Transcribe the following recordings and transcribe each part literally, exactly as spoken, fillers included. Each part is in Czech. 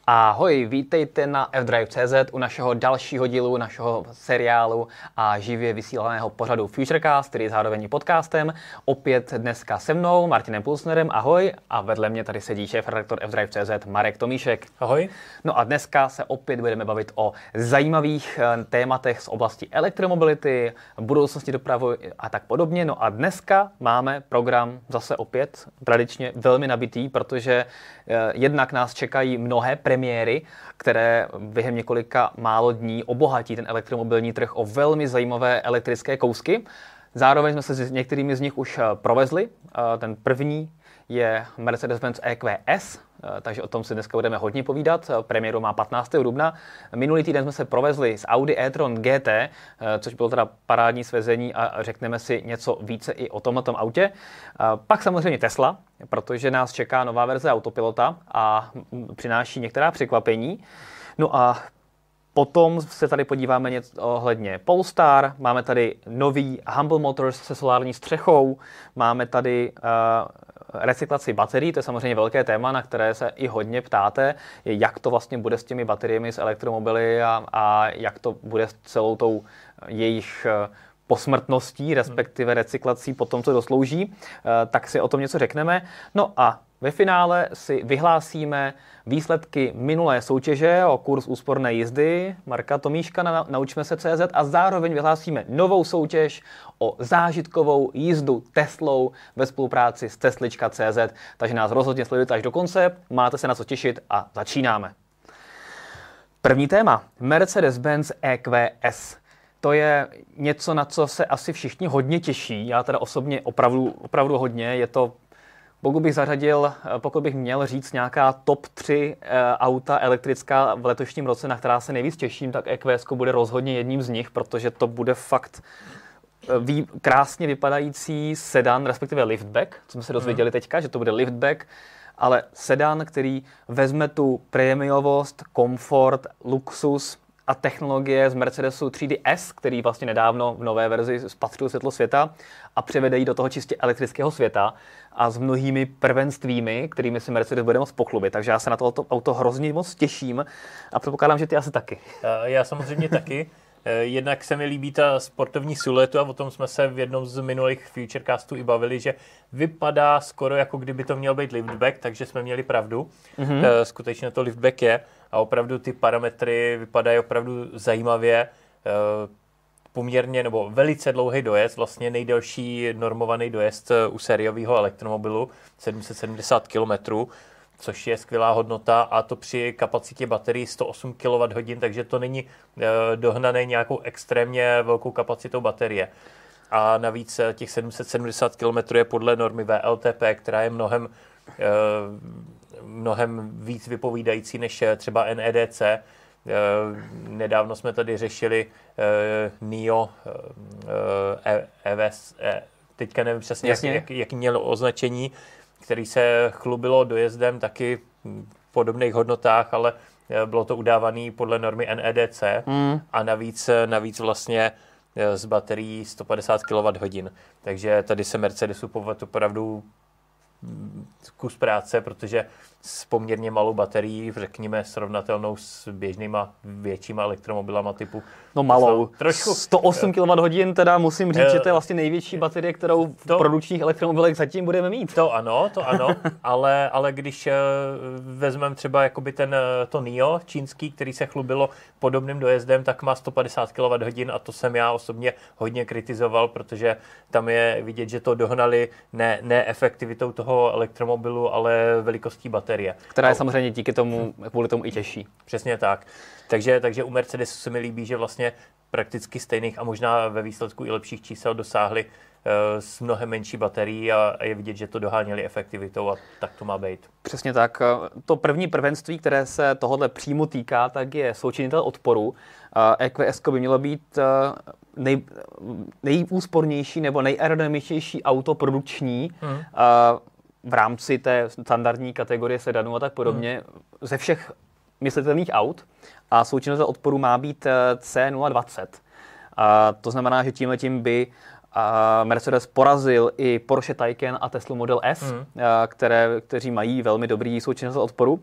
Ahoj, vítejte na F Drive tečka cé zet u našeho dalšího dílu, našeho seriálu a živě vysílaného pořadu Futurecast, který je zároveň podcastem. Opět dneska se mnou, Martinem Pulsnerem, ahoj, a vedle mě tady sedí šéfredaktor F Drive tečka cé zet Marek Tomíšek. Ahoj. No a dneska se opět budeme bavit o zajímavých tématech z oblasti elektromobility, budoucnosti dopravy a tak podobně. No a dneska máme program zase opět tradičně velmi nabitý, protože jednak nás čekají mnohé premiéry, které během několika málo dní obohatí ten elektromobilní trh o velmi zajímavé elektrické kousky. Zároveň jsme se s některými z nich už provezli. Ten první je Mercedes-Benz E Q S, takže o tom si dneska budeme hodně povídat. Premiéru má patnáctého dubna. Minulý týden jsme se provezli s Audi e-tron G T, což bylo teda parádní svezení a řekneme si něco více i o tomto autě. Pak samozřejmě Tesla, protože nás čeká nová verze autopilota a přináší některá překvapení. No a potom se tady podíváme něco ohledně Polestar, máme tady nový Humble Motors se solární střechou, máme tady uh, recyklaci baterií, to je samozřejmě velké téma, na které se i hodně ptáte, jak to vlastně bude s těmi bateriemi, s elektromobily a, a jak to bude s celou tou jejich posmrtností, respektive recyklací po tom, co doslouží, uh, tak si o tom něco řekneme. No a ve finále si vyhlásíme výsledky minulé soutěže o kurz úsporné jízdy Marka Tomíška na Naučme se tečka cé zet a zároveň vyhlásíme novou soutěž o zážitkovou jízdu Teslou ve spolupráci s Teslička tečka cé zet. Takže nás rozhodně sledujte až do konce, máte se na co těšit a začínáme. První téma. Mercedes-Benz E Q S. To je něco, na co se asi všichni hodně těší. Já teda osobně opravdu, opravdu hodně. Je to, pokud bych zařadil, pokud bych měl říct nějaká top tři e, auta elektrická v letošním roce, na která se nejvíc těším, tak E Q S bude rozhodně jedním z nich, protože to bude fakt vý, krásně vypadající sedan, respektive liftback, co jsme se dozvěděli teďka, že to bude liftback, ale sedan, který vezme tu prémiovost, komfort, luxus a technologie z Mercedesu tři D S, který vlastně nedávno v nové verzi spatřil světlo světa a převede ji do toho čistě elektrického světa a s mnohými prvenstvími, kterými si Mercedes bude moct pochlubit. Takže já se na tohoto auto hrozně moc těším a předpokládám, že ty asi taky. Já samozřejmě taky. Jednak se mi líbí ta sportovní siluetu a o tom jsme se v jednom z minulých Futurecastů i bavili, že vypadá skoro jako kdyby to měl být liftback, takže jsme měli pravdu. Mm-hmm. Skutečně to liftback je a opravdu ty parametry vypadají opravdu zajímavě. Poměrně nebo velice dlouhý dojezd, vlastně nejdelší normovaný dojezd u sériového elektromobilu, sedm set sedmdesát kilometrů. Což je skvělá hodnota a to při kapacitě baterií sto osm kilowatthodin, takže to není e, dohnané nějakou extrémně velkou kapacitou baterie. A navíc těch sedm set sedmdesát kilometrů je podle normy V L T P, která je mnohem, e, mnohem víc vypovídající než třeba N E D C. E, nedávno jsme tady řešili e, N I O, e, E V S, e, teďka nevím přesně, jak, jak, jak mělo označení, který se chlubilo dojezdem taky v podobných hodnotách, ale bylo to udávané podle normy N E D C mm. a navíc, navíc vlastně z baterií sto padesát kilowatthodin. Takže tady se Mercedesu povedl opravdu kus práce, protože s poměrně malou baterií, řekněme srovnatelnou s běžnýma většíma elektromobilama typu... No malou. Trošku. sto osm kilowatthodin, teda musím říct, uh, že to je vlastně největší baterie, kterou v to, produkčních elektromobilech zatím budeme mít. To ano, to ano, ale, ale když uh, vezmeme třeba jakoby ten, to N I O čínský, který se chlubilo podobným dojezdem, tak má sto padesát kilowatthodin a to jsem já osobně hodně kritizoval, protože tam je vidět, že to dohnali ne, ne efektivitou toho elektromobilu, ale velikostí baterie. Která je samozřejmě díky tomu, kvůli tomu i těžší. Přesně tak. Takže, takže u Mercedesu se mi líbí, že vlastně prakticky stejných a možná ve výsledku i lepších čísel dosáhli uh, s mnohem menší baterií a, a je vidět, že to doháněli efektivitou a tak to má být. Přesně tak. To první prvenství, které se tohohle přímo týká, tak je součinitel odporu. E Q S by mělo být nej, nejúspornější nebo nejaerodynamičtější auto produkční hmm. uh, v rámci té standardní kategorie sedanů a tak podobně hmm. ze všech myslitelných aut a součinitel odporu má být C nula dvacet. A to znamená, že tímhletím by a Mercedes porazil i Porsche Taycan a Tesla Model S, mm. které, kteří mají velmi dobrý součinitel odporu.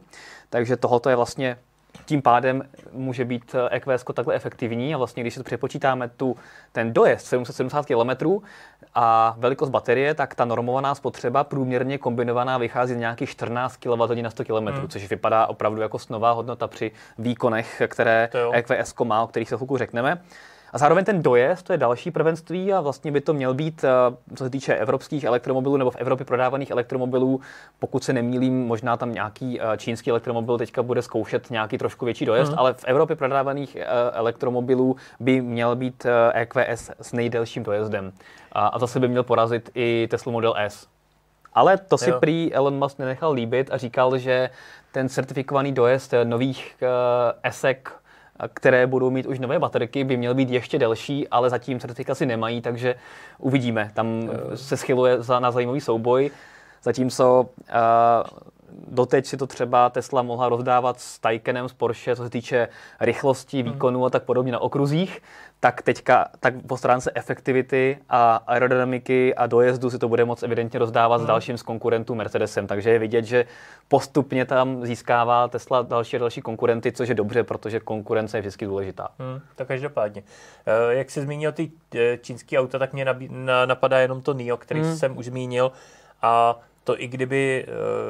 takže tohoto je vlastně tím pádem může být E Q S takhle efektivní a vlastně když si to přepočítáme tu, ten dojezd sedm set sedmdesát kilometrů a velikost baterie, tak ta normovaná spotřeba průměrně kombinovaná vychází z nějakých čtrnáct kilowatthodin na sto kilometrů, hmm. což vypadá opravdu jako snová hodnota při výkonech, které E Q S má, o kterých se chvilku řekneme. A zároveň ten dojezd, to je další prvenství a vlastně by to měl být, co se týče evropských elektromobilů nebo v Evropě prodávaných elektromobilů, pokud se nemýlím, možná tam nějaký čínský elektromobil teďka bude zkoušet nějaký trošku větší dojezd, mm. ale v Evropě prodávaných elektromobilů by měl být E Q S s nejdelším dojezdem. A zase by měl porazit i Tesla Model S. Ale to si jo. prý Elon Musk nenechal líbit a říkal, že ten certifikovaný dojezd nových esek, které budou mít už nové baterky, by měl být ještě delší, ale zatím certifikaci nemají, takže uvidíme. Tam se schyluje za, na zajímavý souboj. Zatímco uh, doteď si to třeba Tesla mohla rozdávat s Taycanem, s Porsche, co se týče rychlosti, výkonu a tak podobně na okruzích, tak teďka tak po stránce efektivity a aerodynamiky a dojezdu si to bude moc evidentně rozdávat hmm. s dalším z konkurentů Mercedesem. Takže je vidět, že postupně tam získává Tesla další a další konkurenty, což je dobře, protože konkurence je vždycky důležitá. Hmm, tak každopádně. Jak jsi zmínil ty čínský auta, tak mě nabí, napadá jenom to Nio, který hmm. jsem už zmínil. A to i kdyby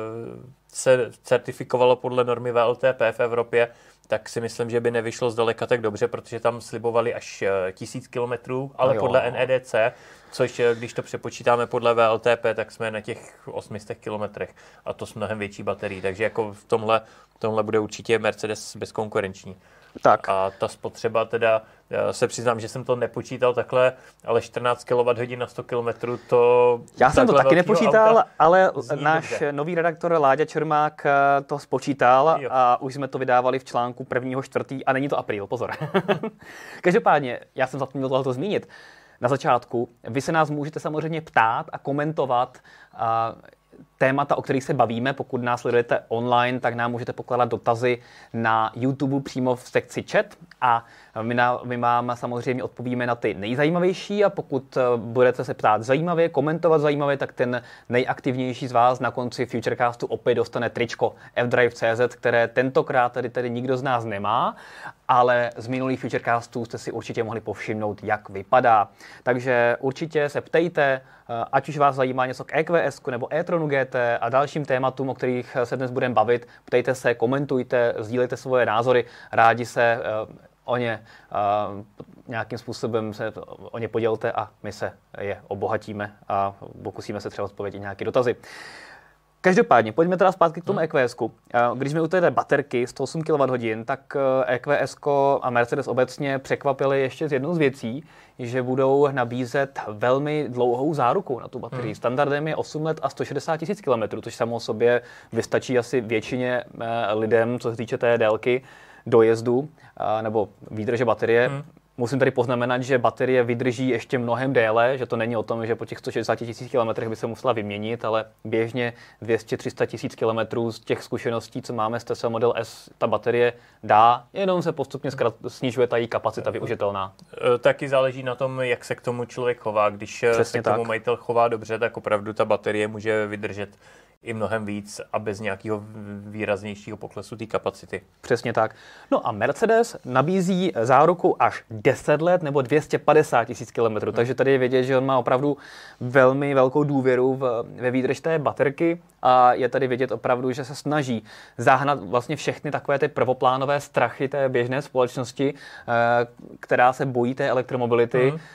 se certifikovalo podle normy V L T P v Evropě, tak si myslím, že by nevyšlo zdaleka tak dobře, protože tam slibovali až tisíc kilometrů, ale no podle N E D C, což když to přepočítáme podle V L T P, tak jsme na těch osm set kilometrech a to s mnohem větší baterií, takže jako v tomhle, v tomhle bude určitě Mercedes bezkonkurenční. Tak. A ta spotřeba teda, já se přiznám, že jsem to nepočítal takhle, ale čtrnáct kilowatthodin na sto kilometrů to... Já jsem to taky nepočítal, ale náš dobře. Nový redaktor Láďa Čermák to spočítal jo. a už jsme to vydávali v článku prvního čtvrtý a není to apríl, pozor. Každopádně, já jsem zapomněl tohle zmínit. Na začátku, vy se nás můžete samozřejmě ptát a komentovat a témata, o kterých se bavíme. Pokud nás sledujete online, tak nám můžete pokládat dotazy na YouTube přímo v sekci chat a my, na, my vám samozřejmě odpovíme na ty nejzajímavější a pokud budete se ptát zajímavě, komentovat zajímavě, tak ten nejaktivnější z vás na konci Futurecastu opět dostane tričko F Drive tečka C Z, které tentokrát tady, tady nikdo z nás nemá, ale z minulých Futurecastů jste si určitě mohli povšimnout, jak vypadá. Takže určitě se ptejte, ať už vás zajímá něco k E Q S nebo e-tronu G T a dalším tématům, o kterých se dnes budeme bavit. Ptejte se, komentujte, sdílejte svoje názory, rádi se o ně nějakým způsobem se o ně podělte a my se je obohatíme a pokusíme se třeba odpovědět nějaké dotazy. Každopádně, pojďme teda zpátky k tomu E Q S ku. Když jsme u té baterky sto osm kilowatthodin, tak E Q S a Mercedes obecně překvapili ještě z jednou z věcí, že budou nabízet velmi dlouhou záruku na tu baterii. Hmm. Standardem je osm let a sto šedesát tisíc kilometrů, což samo o sobě vystačí asi většině lidem, co se týče té délky dojezdu nebo výdrže baterie. Hmm. Musím tady poznamenat, že baterie vydrží ještě mnohem déle, že to není o tom, že po těch sto šedesát tisíc kilometrech by se musela vyměnit, ale běžně dvě stě až tři sta tisíc kilometrů z těch zkušeností, co máme z Tesla Model S, ta baterie dá, jenom se postupně zkrat, snižuje ta její kapacita využitelná. Taky záleží na tom, jak se k tomu člověk chová. Když Přesně se k tomu tak. majitel chová dobře, tak opravdu ta baterie může vydržet i mnohem víc a bez nějakého výraznějšího poklesu té kapacity. Přesně tak. No a Mercedes nabízí záruku až deset let nebo dvě stě padesát tisíc kilometrů, hmm. takže tady je vidět, že on má opravdu velmi velkou důvěru v, ve výdrž té baterky a je tady vidět opravdu, že se snaží zahnat vlastně všechny takové ty prvoplánové strachy té běžné společnosti, která se bojí té elektromobility. Hmm.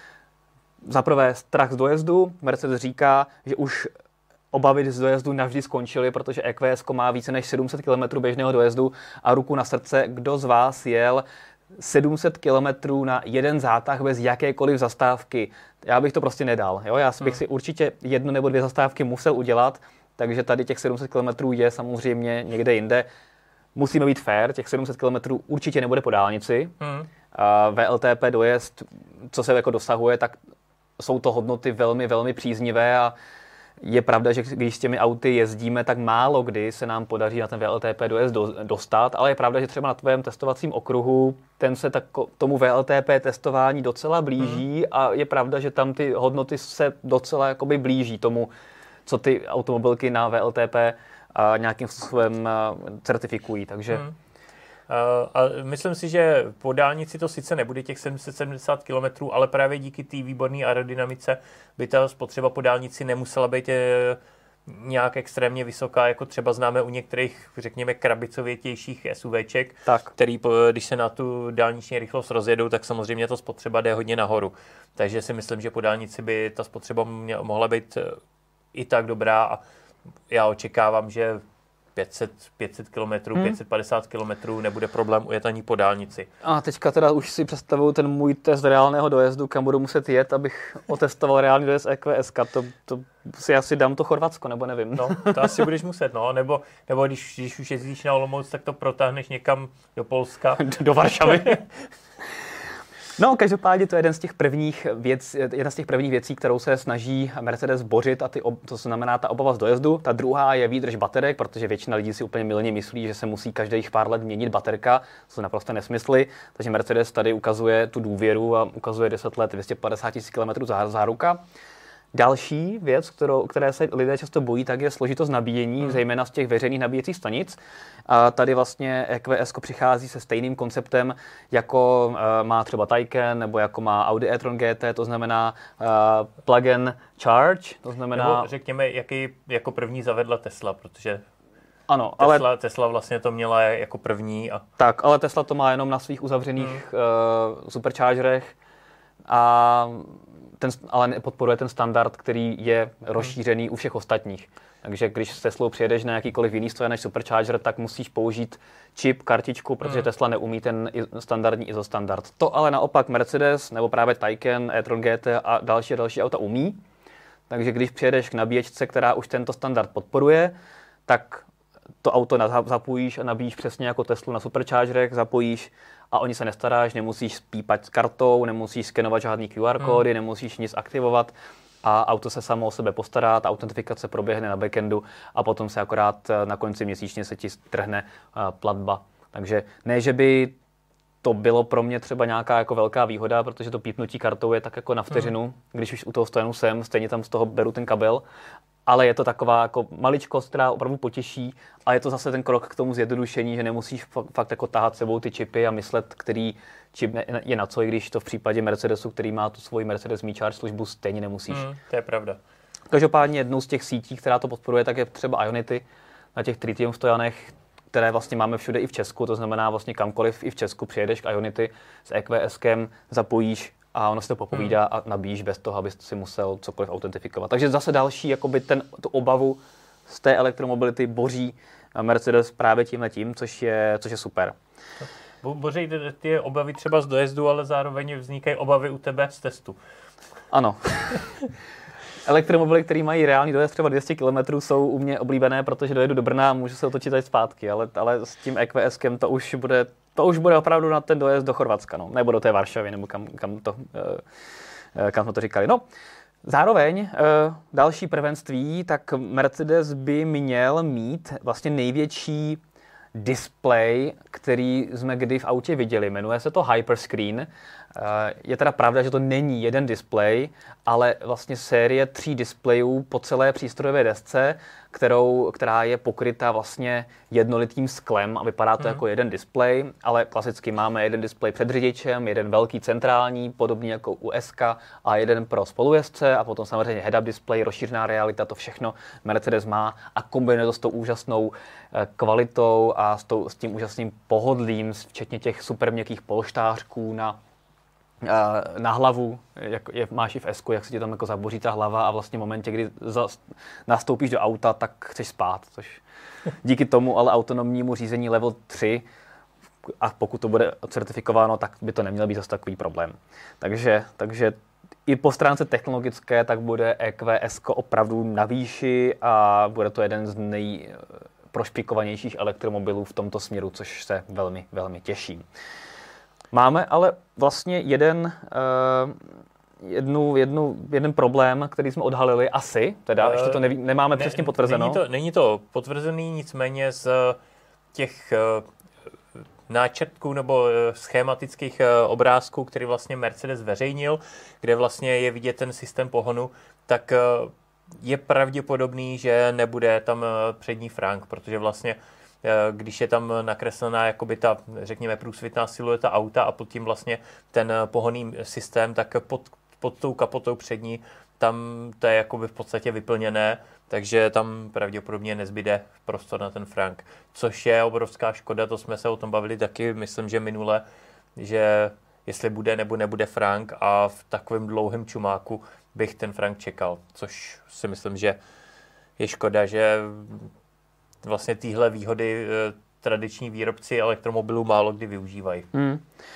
Za prvé strach z dojezdu. Mercedes říká, že už obavy z dojezdu navždy skončily, protože E Q S má více než sedm set kilometrů běžného dojezdu a ruku na srdce, kdo z vás jel sedm set kilometrů na jeden zátah bez jakékoliv zastávky. Já bych to prostě nedal. Jo? Já bych si určitě jednu nebo dvě zastávky musel udělat, takže tady těch sedm set kilometrů je samozřejmě někde jinde. Musíme být fair, těch sedm set kilometrů určitě nebude po dálnici. Hmm. V L T P dojezd, co se jako dosahuje, tak jsou to hodnoty velmi, velmi příznivé a je pravda, že když s těmi auty jezdíme, tak málo kdy se nám podaří na ten V L T P dojezd dostat, ale je pravda, že třeba na tvém testovacím okruhu ten se tak tomu V L T P testování docela blíží hmm. a je pravda, že tam ty hodnoty se docela jakoby blíží tomu, co ty automobilky na V L T P a nějakým způsobem certifikují. Takže hmm. A myslím si, že po dálnici to sice nebude těch sedm set sedmdesát kilometrů, ale právě díky té výborné aerodynamice by ta spotřeba po dálnici nemusela být nějak extrémně vysoká, jako třeba známe u některých, řekněme, krabicovětějších SUVček, tak. který, když se na tu dálniční rychlost rozjedou, tak samozřejmě ta spotřeba jde hodně nahoru. Takže si myslím, že po dálnici by ta spotřeba mohla být i tak dobrá a já očekávám, že pět set kilometrů, hmm. pět set padesát kilometrů nebude problém ujet ani po dálnici. A teďka teda už si představuju ten můj test reálného dojezdu, kam budu muset jet, abych otestoval reálný dojezd E Q S. To, to si asi dám to Chorvatsko, nebo nevím. No, to asi budeš muset, no. Nebo, nebo když, když už jezdíš na Olomouc, tak to protáhneš někam do Polska. do Varšavy. No, každopádně to je jeden z těch prvních věc, jedna z těch prvních věcí, kterou se snaží Mercedes bořit, a ty, to znamená ta obava z dojezdu. Ta druhá je výdrž baterek, protože většina lidí si úplně mylně myslí, že se musí každých pár let měnit baterka, to jsou naprosto nesmysly. Takže Mercedes tady ukazuje tu důvěru a ukazuje deset let, dvě stě padesát tisíc kilometrů záruka. Další věc, kterou, které se lidé často bojí, tak je složitost nabíjení, hmm. zejména z těch veřejných nabíjecích stanic. A tady vlastně E Q S přichází se stejným konceptem, jako uh, má třeba Taycan nebo jako má Audi e-tron G T, to znamená uh, plug-in charge, to znamená... Nebo řekněme, jaký jako první zavedla Tesla, protože ano, Tesla, ale... Tesla vlastně to měla jako první. A... Tak, ale Tesla to má jenom na svých uzavřených hmm. uh, superchargerech a ten, ale nepodporuje ten standard, který je rozšířený hmm. u všech ostatních. Takže když s Teslou přijedeš na jakýkoliv jiný stroj než supercharger, tak musíš použít čip, kartičku, protože hmm. Tesla neumí ten standardní I S O standard. To ale naopak Mercedes nebo právě Taycan, e-tron G T a další a další auta umí. Takže když přijedeš k nabíječce, která už tento standard podporuje, tak to auto zapojíš a nabíjíš přesně jako Teslu na superchargerech, zapojíš a oni se nestaráš, nemusíš spípat s kartou, nemusíš skenovat žádný Q R kódy, hmm. nemusíš nic aktivovat a auto se samo o sebe postará, ta autentifikace proběhne na backendu a potom se akorát na konci měsíčně se ti strhne platba. Takže ne, že by to bylo pro mě třeba nějaká jako velká výhoda, protože to pípnutí kartou je tak jako na vteřinu, hmm. když už u toho stojanu jsem, stejně tam z toho beru ten kabel, ale je to taková jako maličkost, která opravdu potěší a je to zase ten krok k tomu zjednodušení, že nemusíš fakt jako tahat sebou ty čipy a myslet, který čip je na co, i když to v případě Mercedesu, který má tu svoji Mercedes Me Charge službu, stejně nemusíš. Hmm, to je pravda. Každopádně jednou z těch sítí, která to podporuje, tak je třeba Ionity na těch tritium stojanech, které vlastně máme všude i v Česku, to znamená vlastně kamkoliv i v Česku přijedeš k Ionity s EQSkem, zapojíš a ono se to popovídá hmm. a nabíjíš bez toho, abys si musel cokoliv autentifikovat. Takže zase další, jakoby ten, tu obavu z té elektromobility boří Mercedes právě tímhletím, což je, což je super. Boří ty obavy třeba z dojezdu, ale zároveň vznikají obavy u tebe z testu. Ano. Elektromobily, které mají reálný dojezd třeba dvě stě kilometrů, jsou u mě oblíbené, protože dojedu do Brna a můžu se otočit tady zpátky, ale, ale s tím EQSkem to už bude, to už bude opravdu na ten dojezd do Chorvatska, no, nebo do té Varšavy, nebo kam, kam, to, kam jsme to říkali. No, zároveň další prvenství, tak Mercedes by měl mít vlastně největší display, který jsme kdy v autě viděli. Jmenuje se to Hyperscreen. Je teda pravda, že to není jeden displej, ale vlastně série tří displejů po celé přístrojové desce, kterou, která je pokryta vlastně jednolitým sklem a vypadá to hmm. jako jeden displej, ale klasicky máme jeden displej před řidičem, jeden velký centrální, podobný jako u S K a jeden pro spolujezdce a potom samozřejmě head-up display, rozšířená realita, to všechno Mercedes má a kombinuje to s tou úžasnou kvalitou a s, tou, s tím úžasným pohodlím, včetně těch super měkkých polštářků na na hlavu, jak je, máš i v S-ku, jak se ti tam jako zaboří ta hlava a vlastně v momentě, kdy za, nastoupíš do auta, tak chceš spát, což díky tomu ale autonomnímu řízení level tři a pokud to bude certifikováno, tak by to neměl být zase takový problém. Takže, takže i po stránce technologické, tak bude E Q S opravdu na výši a bude to jeden z nejprošpikovanějších elektromobilů v tomto směru, což se velmi, velmi těším. Máme ale vlastně jeden, uh, jednu, jednu, jeden problém, který jsme odhalili asi, teda uh, ještě to neví, nemáme ne, přesně potvrzeno. Není to, není to potvrzený, nicméně z těch uh, náčrtků nebo uh, schematických uh, obrázků, který vlastně Mercedes zveřejnil, kde vlastně je vidět ten systém pohonu, tak uh, Je pravděpodobný, že nebude tam přední frank, protože vlastně když je tam nakreslená jakoby ta, řekněme, průsvitná silueta auta a pod tím vlastně ten pohonný systém, tak pod, pod tou kapotou přední tam to je jakoby v podstatě vyplněné, takže tam pravděpodobně nezbyde prostor na ten frank, což je obrovská škoda, to jsme se o tom bavili taky, myslím, že minule, že jestli bude nebo nebude frank a v takovém dlouhém čumáku bych ten frank čekal, což si myslím, že je škoda, že vlastně tyhle výhody eh, tradiční výrobci elektromobilů málo kdy využívají. Hmm.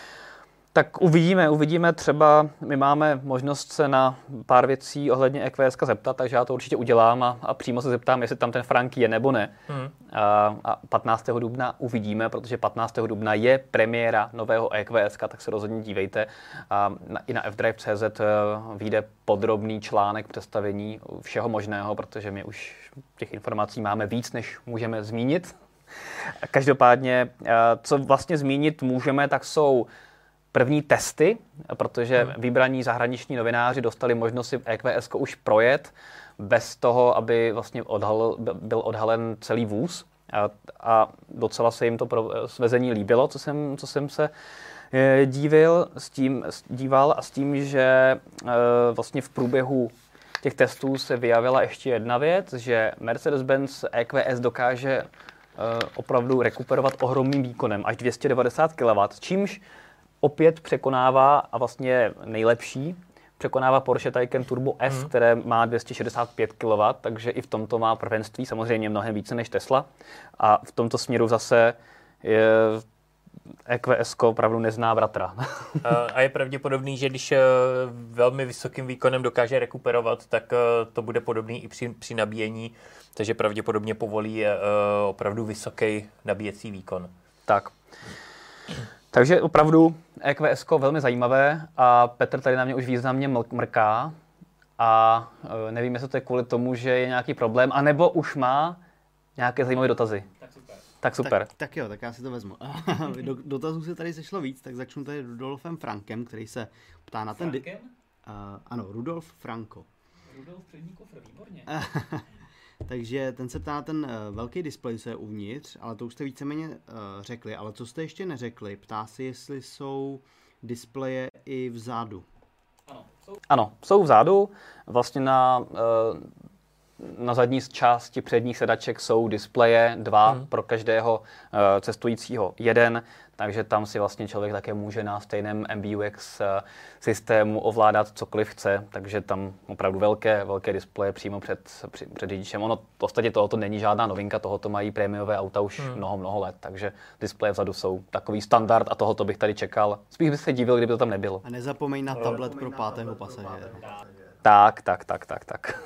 Tak uvidíme, uvidíme třeba, my máme možnost se na pár věcí ohledně E Q S zeptat, takže já to určitě udělám a, a přímo se zeptám, jestli tam ten frank je nebo ne. Hmm. A, a patnáctého dubna uvidíme, protože patnáctého dubna je premiéra nového E Q S, tak se rozhodně dívejte. A na, i na f drive tečka cé zet vyjde podrobný článek představení všeho možného, protože my už těch informací máme víc, než můžeme zmínit. Každopádně, co vlastně zmínit můžeme, tak jsou první testy, protože hmm. vybraní zahraniční novináři dostali možnost si E Q S už projet bez toho, aby vlastně odhal, byl odhalen celý vůz. A, a docela se jim to pro, svezení líbilo, co jsem, co jsem se e, dívil, s tím, díval a s tím, že e, vlastně v průběhu těch testů se vyjavila ještě jedna věc, že Mercedes-Benz E Q S dokáže e, opravdu rekuperovat ohromným výkonem, až dvě stě devadesát kilowattů, čímž opět překonává a vlastně nejlepší, překonává Porsche Taycan Turbo S, mm. které má dvě stě šedesát pět kilowattů, takže i v tomto má prvenství, samozřejmě mnohem více než Tesla. A v tomto směru zase je E Q S opravdu nezná bratra. A je pravděpodobný, že když velmi vysokým výkonem dokáže rekuperovat, tak to bude podobný i při, při nabíjení, takže pravděpodobně povolí opravdu vysoký nabíjecí výkon. Tak. Takže opravdu E Q S velmi zajímavé a Petr tady na mě už významně mrká a nevím, jestli to je kvůli tomu, že je nějaký problém, anebo už má nějaké zajímavé dotazy. Tak super. Tak super. Tak, tak jo, tak já si to vezmu. Do, dotazů se tady sešlo víc, tak začnu tady Rudolfem Frankem, který se ptá na ten... Frankem? Di- uh, ano, Rudolf Franko. Rudolf přední kofr, výborně. Takže ten se ptá na ten uh, velký displej, co je uvnitř, ale to už jste víceméně uh, řekli, ale co jste ještě neřekli, ptá se, jestli jsou displeje i vzadu. Ano, jsou, ano, jsou vzadu, vlastně na, uh, na zadní části předních sedaček jsou displeje, dva hmm. pro každého uh, cestujícího jeden, takže tam si vlastně člověk také může na stejném M B U X uh, systému ovládat cokoliv chce, takže tam opravdu velké, velké displeje přímo před, před, před řidičem. Ono v podstatě tohoto není žádná novinka, tohoto mají prémiové auta už hmm. mnoho, mnoho let, takže displeje vzadu jsou takový standard a tohoto bych tady čekal. Spíš bych se divil, kdyby to tam nebylo. A nezapomeň na tablet no, pro pátého pasažéra. Tak, tak, tak, tak, tak.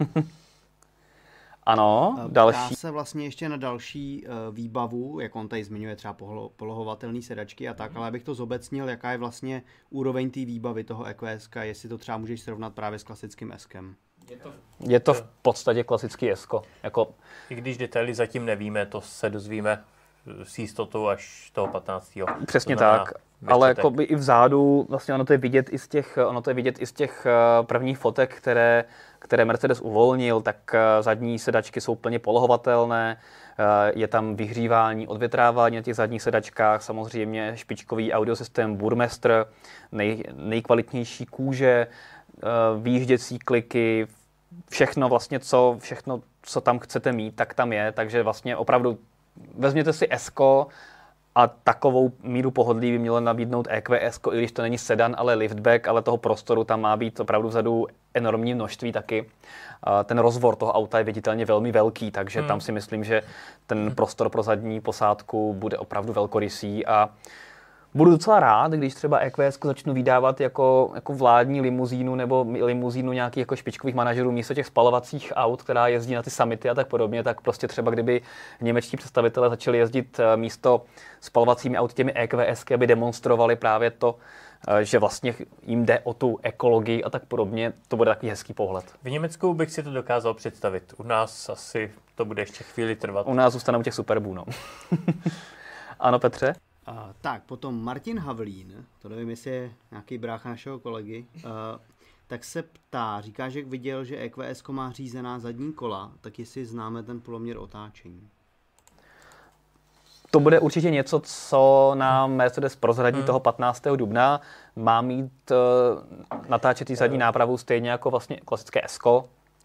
Ano, další. Ptá se vlastně ještě na další uh, výbavu, jak on tady zmiňuje třeba pohlo, polohovatelné sedačky a tak, mm. ale abych to zobecnil, jaká je vlastně úroveň té výbavy toho E Q S, jestli to třeba můžeš srovnat právě s klasickým S-kem. Je to, je to v podstatě klasický S-ko. Jako... I když detaily zatím nevíme, to se dozvíme s jistotou až toho patnáctého. Přesně tak. Ale jako by i vzadu, vlastně ono to je vidět i z těch, ono to je vidět i z těch prvních fotek, které, které Mercedes uvolnil, tak zadní sedačky jsou plně polohovatelné, je tam vyhřívání, odvětrávání na těch zadních sedačkách, samozřejmě špičkový audiosystém Burmester, nej, nejkvalitnější kůže, výjížděcí kliky, všechno vlastně, co, všechno, co tam chcete mít, tak tam je, takže vlastně opravdu vezměte si S-ko, a takovou míru pohodlí by mělo nabídnout E Q S, i když to není sedan, ale liftback, ale toho prostoru tam má být opravdu vzadu enormní množství taky. Ten rozvor toho auta je viditelně velmi velký, takže hmm. tam si myslím, že ten prostor pro zadní posádku bude opravdu velkorysý a budu docela rád, když třeba E Q S začnu vydávat jako, jako vládní limuzínu nebo limuzínu nějakých jako špičkových manažerů místo těch spalovacích aut, která jezdí na ty summity a tak podobně, tak prostě třeba kdyby němečtí představitelé začali jezdit místo spalovacími auty těmi E Q S, aby demonstrovali právě to, že vlastně jim jde o tu ekologii a tak podobně, to bude takový hezký pohled. V Německu bych si to dokázal představit. U nás asi to bude ještě chvíli trvat. U nás zůstanou těch Superbů, no. Ano, Petře? Uh, tak, potom Martin Havlín, to nevím, jestli je nějaký brácha našeho kolegy, uh, tak se ptá, říká, že viděl, že E Q S má řízená zadní kola, tak jestli známe ten poloměr otáčení. To bude určitě něco, co nám Mercedes prozradí hmm. toho patnáctého dubna. Má mít uh, natáčetý zadní nápravu stejně jako vlastně klasické S-ko.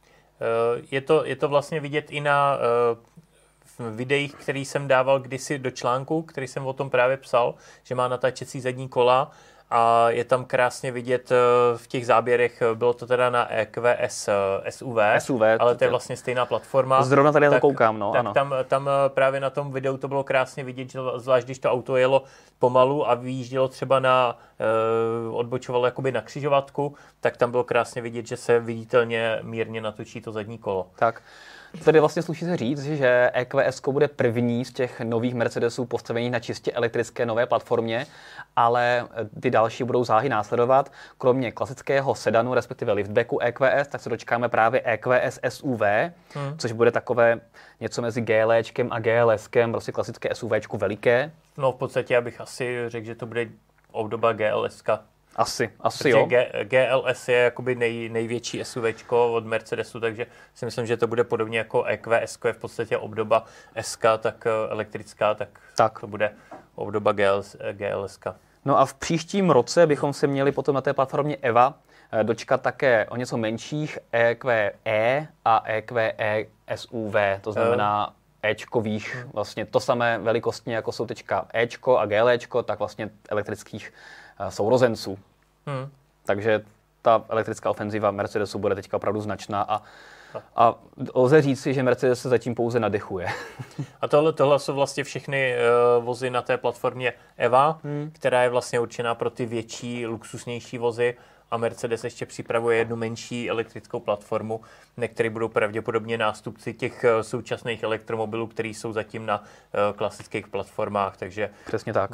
Je to, je to vlastně vidět i na uh, videích, který jsem dával kdysi do článku, který jsem o tom právě psal, že má natáčecí zadní kola a je tam krásně vidět uh, v těch záběrech, bylo to teda na E Q S S U V, S U V, ale to je vlastně stejná platforma. Zrovna tady tak, na to koukám, no, tak ano. Tam, tam právě na tom videu to bylo krásně vidět, že zvlášť když to auto jelo pomalu a vyjíždělo třeba na, uh, odbočovalo jakoby na křižovatku, tak tam bylo krásně vidět, že se viditelně mírně natočí to zadní kolo. Tak. Tady vlastně sluší se říct, že E Q S bude první z těch nových Mercedesů postavených na čistě elektrické nové platformě, ale ty další budou záhy následovat. Kromě klasického sedanu, respektive liftbacku E Q S, tak se dočkáme právě E Q S S U V, hmm. což bude takové něco mezi GLčkem a GLSkem, prostě klasické SUVčku veliké. No v podstatě já bych asi řekl, že to bude obdoba GLSka. Asi, asi Protože jo. G, G L S je jakoby nej, největší SUVčko od Mercedesu, takže si myslím, že to bude podobně jako E Q S je v podstatě obdoba S K, tak elektrická, tak, tak. to bude obdoba G L S. No a v příštím roce bychom se měli potom na té platformě E V A dočkat také o něco menších E Q E a E Q E S U V, to znamená Ečkových, hmm. vlastně to samé velikostně, jako jsou teďka Ečko a GLčko, tak vlastně elektrických sourozenců. Hmm. Takže ta elektrická ofenziva Mercedesu bude teďka opravdu značná a, a lze říci, že Mercedes se zatím pouze nadechuje. A tohle, tohle jsou vlastně všechny uh, vozy na té platformě E V A, hmm. která je vlastně určená pro ty větší, luxusnější vozy a Mercedes ještě připravuje jednu menší elektrickou platformu, na které budou pravděpodobně nástupci těch uh, současných elektromobilů, které jsou zatím na uh, klasických platformách, takže přesně tak. Uh,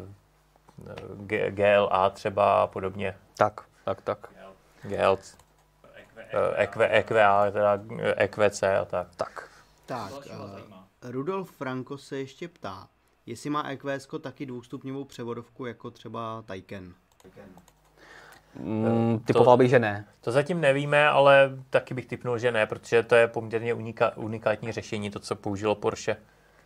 G L A třeba a podobně. Tak, tak, tak. G L, E Q A, teda E Q C a tak. Tak. Tak, uh, Rudolf Franko se ještě ptá, jestli má E Q S taky dvoustupňovou převodovku jako třeba Taycan. Mm, typoval bych, že ne. To zatím nevíme, ale taky bych typnul, že ne, protože to je poměrně unika, unikátní řešení, to, co použilo Porsche.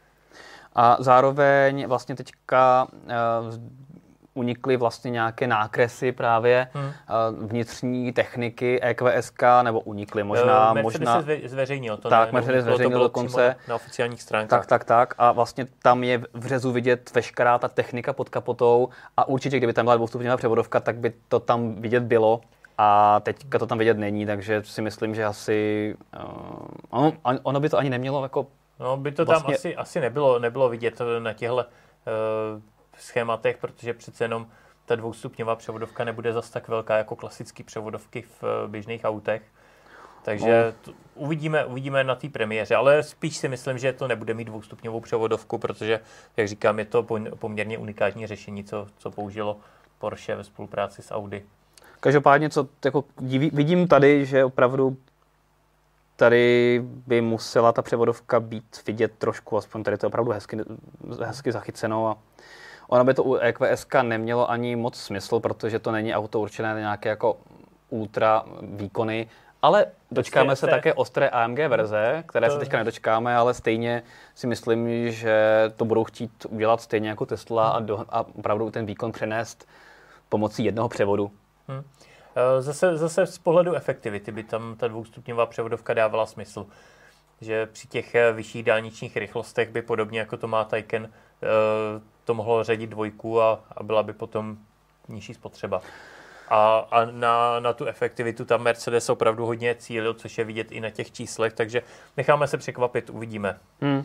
A zároveň vlastně teďka uh, unikly vlastně nějaké nákresy právě hmm. uh, vnitřní techniky E Q S K, nebo unikly možná. Mercedes možná se zveřejnil to. Tak, ne, Mercedes zveřejnil dokonce. Na oficiálních stránkách. Tak, tak, tak. A vlastně tam je v řezu vidět veškerá ta technika pod kapotou a určitě, kdyby tam byla dvoustupňová převodovka, tak by to tam vidět bylo. A teďka to tam vidět není, takže si myslím, že asi uh, ono, ono by to ani nemělo jako. No, by to vlastně... tam asi, asi nebylo, nebylo vidět na těchto uh, schématech, protože přece jenom ta dvoustupňová převodovka nebude zas tak velká jako klasické převodovky v uh, běžných autech. Takže no. uvidíme, uvidíme na té premiéře, ale spíš si myslím, že to nebude mít dvoustupňovou převodovku, protože, jak říkám, je to poměrně unikátní řešení, co, co použilo Porsche ve spolupráci s Audi. Každopádně, co jako vidím tady, že opravdu tady by musela ta převodovka být vidět trošku, aspoň tady to je opravdu hezky, hezky zachyceno a ono by to u E Q S nemělo ani moc smysl, protože to není auto určené na nějaké jako ultra výkony, ale dočkáme se také ostré A M G verze, které to... se teďka nedočkáme, ale stejně si myslím, že to budou chtít udělat stejně jako Tesla a, do, a opravdu ten výkon přenést pomocí jednoho převodu. Hmm. Zase, zase z pohledu efektivity by tam ta dvoustupňová převodovka dávala smysl. Že při těch vyšších dálničních rychlostech by podobně jako to má Taycan to mohlo řadit dvojku a, a byla by potom nižší spotřeba. A, a na, na tu efektivitu tam Mercedes opravdu hodně cílil, což je vidět i na těch číslech, takže necháme se překvapit, uvidíme. Hmm.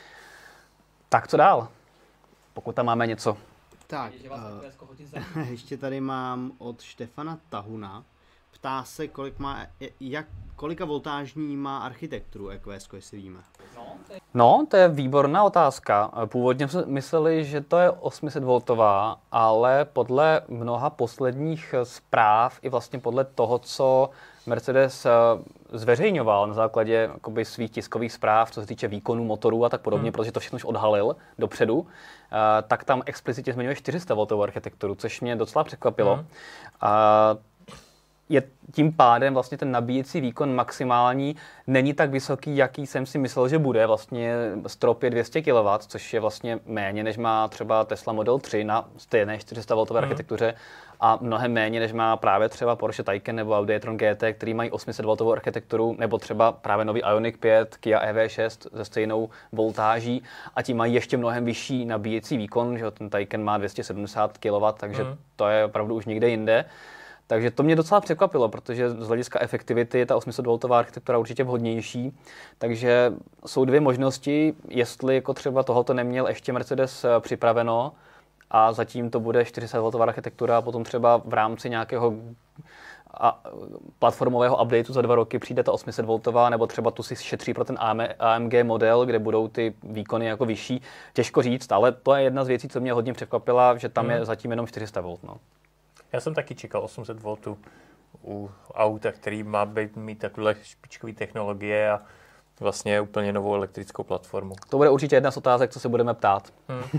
Tak co dál? Pokud tam máme něco. Tak, uh, ještě tady mám od Štefana Tahuna. Ptá se, kolik má, jak, kolika voltážní má architekturu E Q S, jestli víme. No, to je výborná otázka. Původně jsme mysleli, že to je osm set voltová, ale podle mnoha posledních zpráv i vlastně podle toho, co Mercedes zveřejňoval na základě jakoby svých tiskových zpráv, co se týče výkonu motorů a tak podobně, hmm. protože to všechno už odhalil dopředu, tak tam explicitně zmiňuje čtyři sta voltovou architekturu, což mě docela překvapilo. Hmm. A je tím pádem vlastně ten nabíjecí výkon maximální není tak vysoký, jaký jsem si myslel, že bude. Vlastně strop je dvě stě kilowattů, což je vlastně méně, než má třeba Tesla Model tři na stejné čtyři sta voltové mm. architektuře a mnohem méně, než má právě třeba Porsche Taycan nebo Audi e-tron G T, který mají osm set voltovou architekturu, nebo třeba právě nový Ioniq pět, Kia E V šest se stejnou voltáží a ti mají ještě mnohem vyšší nabíjecí výkon, že ten Taycan má dvě stě sedmdesát kilowattů, takže mm. to je opravdu už někde jinde. Takže to mě docela překvapilo, protože z hlediska efektivity je ta osm set voltová architektura určitě vhodnější. Takže jsou dvě možnosti, jestli jako třeba tohoto neměl ještě Mercedes připraveno a zatím to bude čtyři sta voltová architektura a potom třeba v rámci nějakého a platformového updateu za dva roky přijde ta osm set voltová, nebo třeba tu si šetří pro ten A M G model, kde budou ty výkony jako vyšší. Těžko říct, ale to je jedna z věcí, co mě hodně překvapila, že tam hmm. je zatím jenom čtyři sta volt. No. Já jsem taky čekal osm set voltů u auta, který má být, mít takové špičkové technologie a vlastně úplně novou elektrickou platformu. To bude určitě jedna z otázek, co se budeme ptát. Hmm.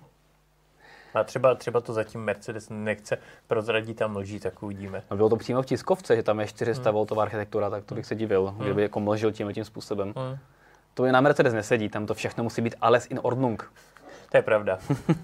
A třeba, třeba to zatím Mercedes nechce prozradit a mlží, tak uvidíme. No bylo to přímo v tiskovce, že tam je čtyři sta voltová hmm. architektura, tak to bych se divil, hmm. kdyby jako mlžil tím tím způsobem. Hmm. To je na Mercedes nesedí, tam to všechno musí být alles in Ordnung. To je pravda.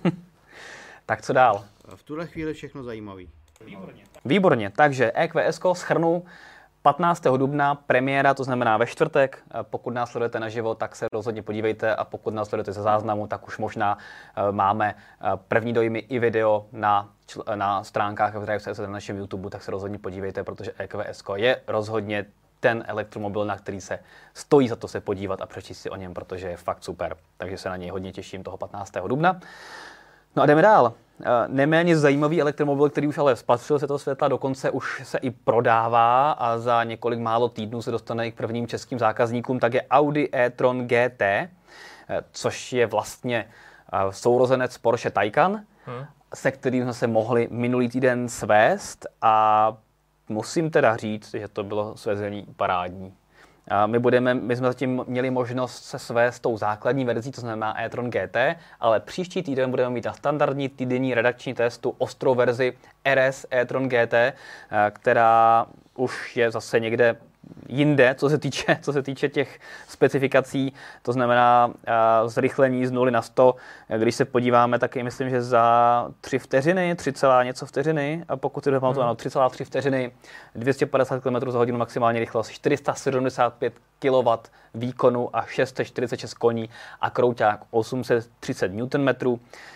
Tak co dál? V tuhle chvíli všechno zajímavý. Výborně. Výborně, takže E Q S ko shrnu. patnáctého dubna premiéra, to znamená ve čtvrtek. Pokud nás sledujete naživo, tak se rozhodně podívejte a pokud nás sledujete ze záznamu, tak už možná uh, máme uh, první dojmy i video na, na stránkách na našem YouTube, tak se rozhodně podívejte, protože E Q S ko je rozhodně ten elektromobil, na který se stojí za to se podívat a přečíst si o něm, protože je fakt super. Takže se na něj hodně těším toho patnáctého dubna. No a jdeme dál. Neméně zajímavý elektromobil, který už ale spatřil se toho světla, dokonce už se i prodává a za několik málo týdnů se dostane i k prvním českým zákazníkům, tak je Audi e-tron G T, což je vlastně sourozenec Porsche Taycan, hmm. se kterým jsme se mohli minulý týden svést a musím teda říct, že to bylo svezení parádní. My, budeme, my jsme zatím měli možnost se svést s tou základní verzí, to znamená e-tron G T, ale příští týden budeme mít na standardní týdenní redakční testu ostrou verzi R S e-tron G T, která už je zase někde jinde, co se týče, co se týče těch specifikací, to znamená uh, zrychlení z nuly na sto. Když se podíváme, tak myslím, že za tři vteřiny, tři celá něco vteřiny, a pokud si dopamatuju, ano, tři celá tři vteřiny, dvě stě padesát kilometrů za hodinu maximální rychlost, čtyři sta sedmdesát pět kilowattů výkonu a šest set čtyřicet šest koní a krouťák osm set třicet newtonmetrů.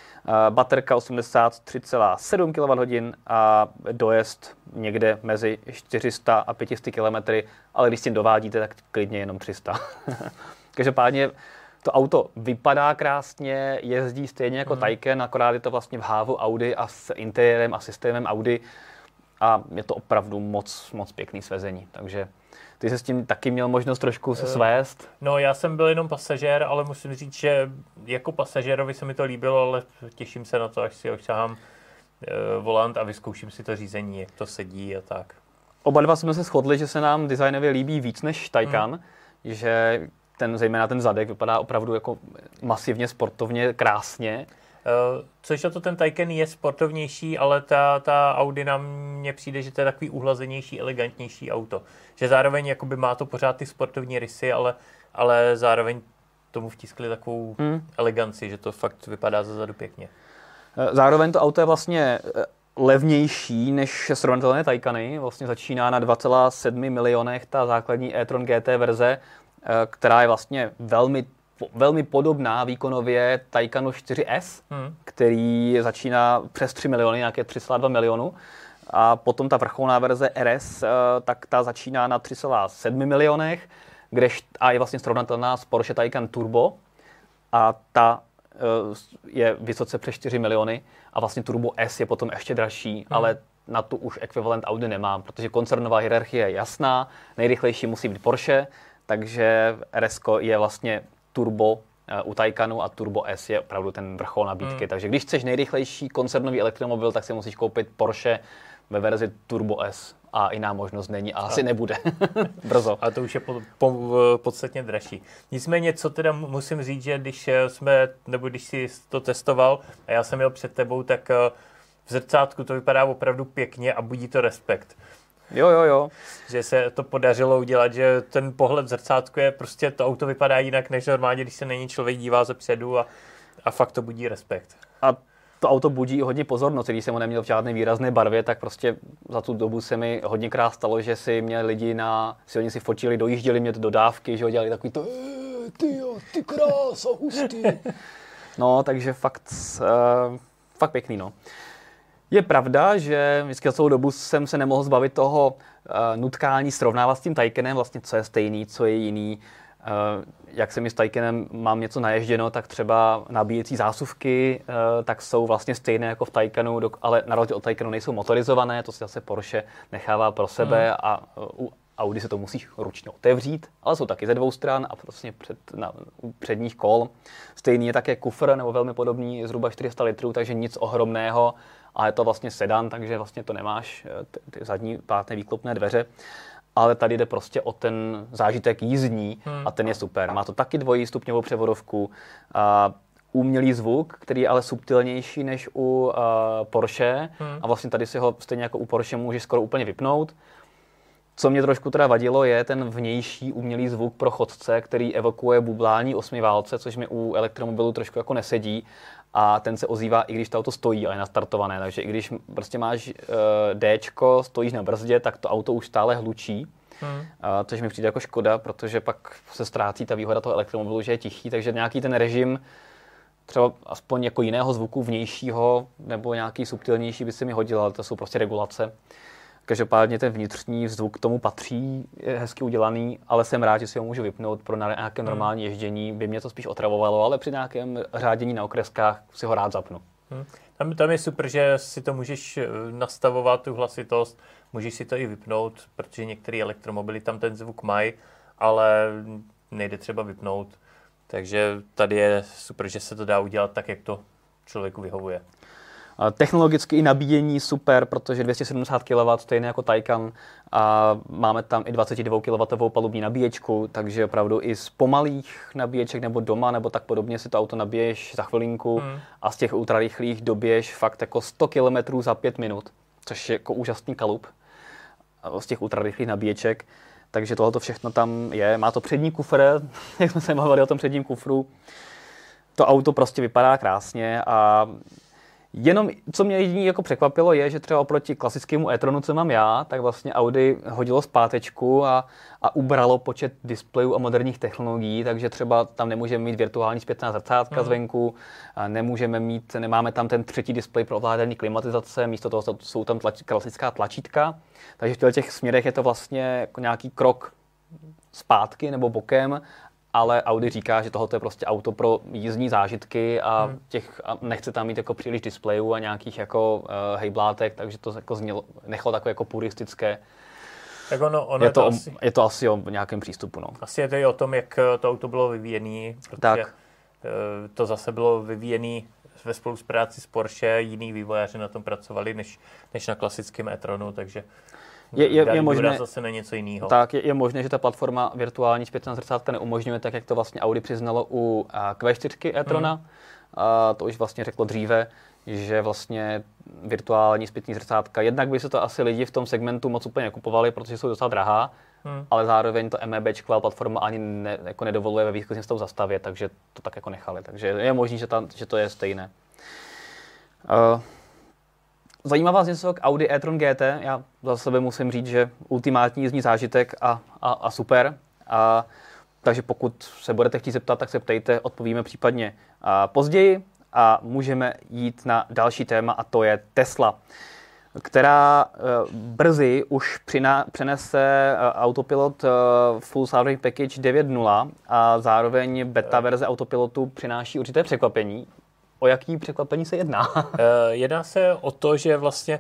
Baterka osmdesát tři celá sedm kilowatthodin a dojezd někde mezi čtyři sta a pět set kilometrů, ale když s tím dovádíte, tak klidně jenom tři sta. Každopádně to auto vypadá krásně, jezdí stejně jako mm. Taycan, akorát je to vlastně v hávu Audi a s interiérem a systémem Audi a je to opravdu moc, moc pěkný svezení, takže ty jsi s tím taky měl možnost trošku se svést? No, já jsem byl jenom pasažér, ale musím říct, že jako pasažérovi se mi to líbilo, ale těším se na to, až si ošahám e, volant a vyzkouším si to řízení, jak to sedí a tak. Oba dva jsme se shodli, že se nám designově líbí víc než Taycan, hmm. že ten, zejména ten zadek vypadá opravdu jako masivně, sportovně, krásně. Uh, což to ten Taycan je sportovnější, ale ta, ta Audi na mně přijde, že to je takový uhlazenější, elegantnější auto. Že zároveň jakoby má to pořád ty sportovní rysy, ale, ale zároveň tomu vtiskli takovou hmm. eleganci, že to fakt vypadá zezadu pěkně. Zároveň to auto je vlastně levnější než srovnatelné Taycany. Vlastně začíná na dva celá sedm milionech ta základní e-tron G T verze, která je vlastně velmi velmi podobná výkonově Taycanu čtyři S, hmm. který začíná přes tři miliony, nějaké tři celá dva milionu. A potom ta vrcholná verze R S, tak ta začíná na tři celá sedm milionech, kdež a je vlastně srovnatelná s Porsche Taycan Turbo. A ta je vysoce přes čtyři miliony a vlastně Turbo S je potom ještě dražší, hmm. ale na tu už ekvivalent Audi nemám, protože koncernová hierarchie je jasná, nejrychlejší musí být Porsche, takže R S je vlastně Turbo u Taycanu a Turbo S je opravdu ten vrchol nabídky. Hmm. Takže když chceš nejrychlejší koncernový elektromobil, tak si musíš koupit Porsche ve verzi Turbo S. A jiná možnost není a asi a. nebude. Brzo. A to už je po, po, podstatně dražší. Nicméně, co teda musím říct, že když jsme, nebo když jsi to testoval a já jsem jel před tebou, tak v zrcátku to vypadá opravdu pěkně a budí to respekt. Jo, jo, jo. Že se to podařilo udělat, že ten pohled v zrcátku je prostě, to auto vypadá jinak než normálně, když se na něj člověk dívá zepředu a, a fakt to budí respekt. A to auto budí hodně pozornost, když jsem ho neměl v žádné výrazné barvě, tak prostě za tu dobu se mi hodněkrát stalo, že si mě lidi na silnici fotili, dojížděli mě to dodávky, že ho dělali takový to ty jo, ty krása, hustý. No, takže fakt, uh, fakt pěkný, no. Je pravda, že vždycky za celou dobu jsem se nemohl zbavit toho uh, nutkání srovnávat s tím Taycanem, vlastně co je stejný, co je jiný. Uh, jak se mi s Taycanem mám něco naježděno, tak třeba nabíjecí zásuvky uh, tak jsou vlastně stejné jako v Taycanu, ale na rozdíl od Taycanu nejsou motorizované, to si zase Porsche nechává pro sebe hmm. a u Audi se to musíš ručně otevřít, ale jsou taky ze dvou stran a prostě před, na, u předních kol. Stejný je také kufr nebo velmi podobný, zhruba čtyři sta litrů, takže nic ohromného, ale je to vlastně sedan, takže vlastně to nemáš ty, ty zadní pátné výklopné dveře. Ale tady jde prostě o ten zážitek jízdní hmm. a ten je super. Má to taky dvojí stupňovou převodovku, a umělý zvuk, který je ale subtilnější než u uh, Porsche hmm. a vlastně tady si ho stejně jako u Porsche můžeš skoro úplně vypnout. Co mě trošku teda vadilo, je ten vnější umělý zvuk pro chodce, který evokuje bublání osmiválce, což mi u elektromobilu trošku jako nesedí. A ten se ozývá, i když to auto stojí a je nastartované. Takže i když prostě máš uh, Dčko, stojíš na brzdě, tak to auto už stále hlučí. Hmm. Uh, což mi přijde jako škoda, protože pak se ztrácí ta výhoda toho elektromobilu, že je tichý. Takže nějaký ten režim, třeba aspoň jako jiného zvuku vnějšího nebo nějaký subtilnější by se mi hodil, ale to jsou prostě regulace. Každopádně ten vnitřní zvuk tomu patří, je hezky udělaný, ale jsem rád, že si ho můžu vypnout pro nějaké normální hmm. ježdění. By mě to spíš otravovalo, ale při nějakém řádění na okreskách si ho rád zapnu. Hmm. Tam, tam je super, že si to můžeš nastavovat, tu hlasitost, můžeš si to i vypnout, protože některé elektromobily tam ten zvuk mají, ale nejde třeba vypnout. Takže tady je super, že se to dá udělat tak, jak to člověku vyhovuje. Technologicky i nabíjení super, protože dvě stě sedmdesát kilowattů, stejně jako Taycan, a máme tam i dvacet dva kilowattů palubní nabíječku, takže opravdu i z pomalých nabíječek nebo doma nebo tak podobně si to auto nabiješ za chvilinku hmm. a z těch ultrarychlých doběž fakt jako sto kilometrů za pět minut, což je jako úžasný kalup z těch ultrarychlých nabíječek. Takže tohle všechno tam je. Má to přední kufr, jak jsme se bavili o tom předním kufru. To auto prostě vypadá krásně a jenom, co mě jediný jako překvapilo, je, že třeba oproti klasickému e-tronu, co mám já, tak vlastně Audi hodilo zpátečku a, a ubralo počet displejů a moderních technologií, takže třeba tam nemůžeme mít virtuální zpětná zrcátka hmm. zvenku, a nemůžeme mít, nemáme tam ten třetí displej pro ovládání klimatizace, místo toho jsou tam tlač, klasická tlačítka, takže v těch směrech je to vlastně jako nějaký krok zpátky nebo bokem, ale Audi říká, že tohle je prostě auto pro jízdní zážitky a, hmm. těch, a nechce tam mít jako příliš displejů a nějakých jako uh, hejblátek, takže to jako znělo, nechalo takové jako puristické. Tak ono, ono je, to, to o, asi, je to asi o nějakém přístupu. No. Asi je to i o tom, jak to auto bylo vyvíjené, protože tak. to zase bylo vyvíjené ve spolupráci s Porsche, jiný vývojáři na tom pracovali než, než na klasickém e-tronu, takže Je, je, je možné, zase na něco jiného. Tak, je, je možné, že ta platforma virtuální zpětná zrcátka neumožňuje, tak jak to vlastně Audi přiznalo u Q čtyři e-trona. Mm. A to už vlastně řeklo dříve, že vlastně virtuální zpětní zrcátka, jednak by se to asi lidi v tom segmentu moc úplně nekupovali, protože jsou docela drahá, mm. ale zároveň to MEBčková platforma ani ne, jako nedovoluje ve výchozím stavu zastavit, takže to tak jako nechali. Takže je možné, že, že to je stejné. Uh, Zajímá vás něco k Audi e-tron G T? Já za sebe musím říct, že ultimátní jízdní zážitek a, a, a super. A, takže pokud se budete chtít zeptat, tak se ptejte, odpovíme případně a později. A můžeme jít na další téma a to je Tesla, která e, brzy už přiná, přenese e, autopilot e, Full Self-Driving Package devět tečka nula a zároveň beta verze autopilotu přináší určité překvapení. O jaký překvapení se jedná? Jedná se o to, že vlastně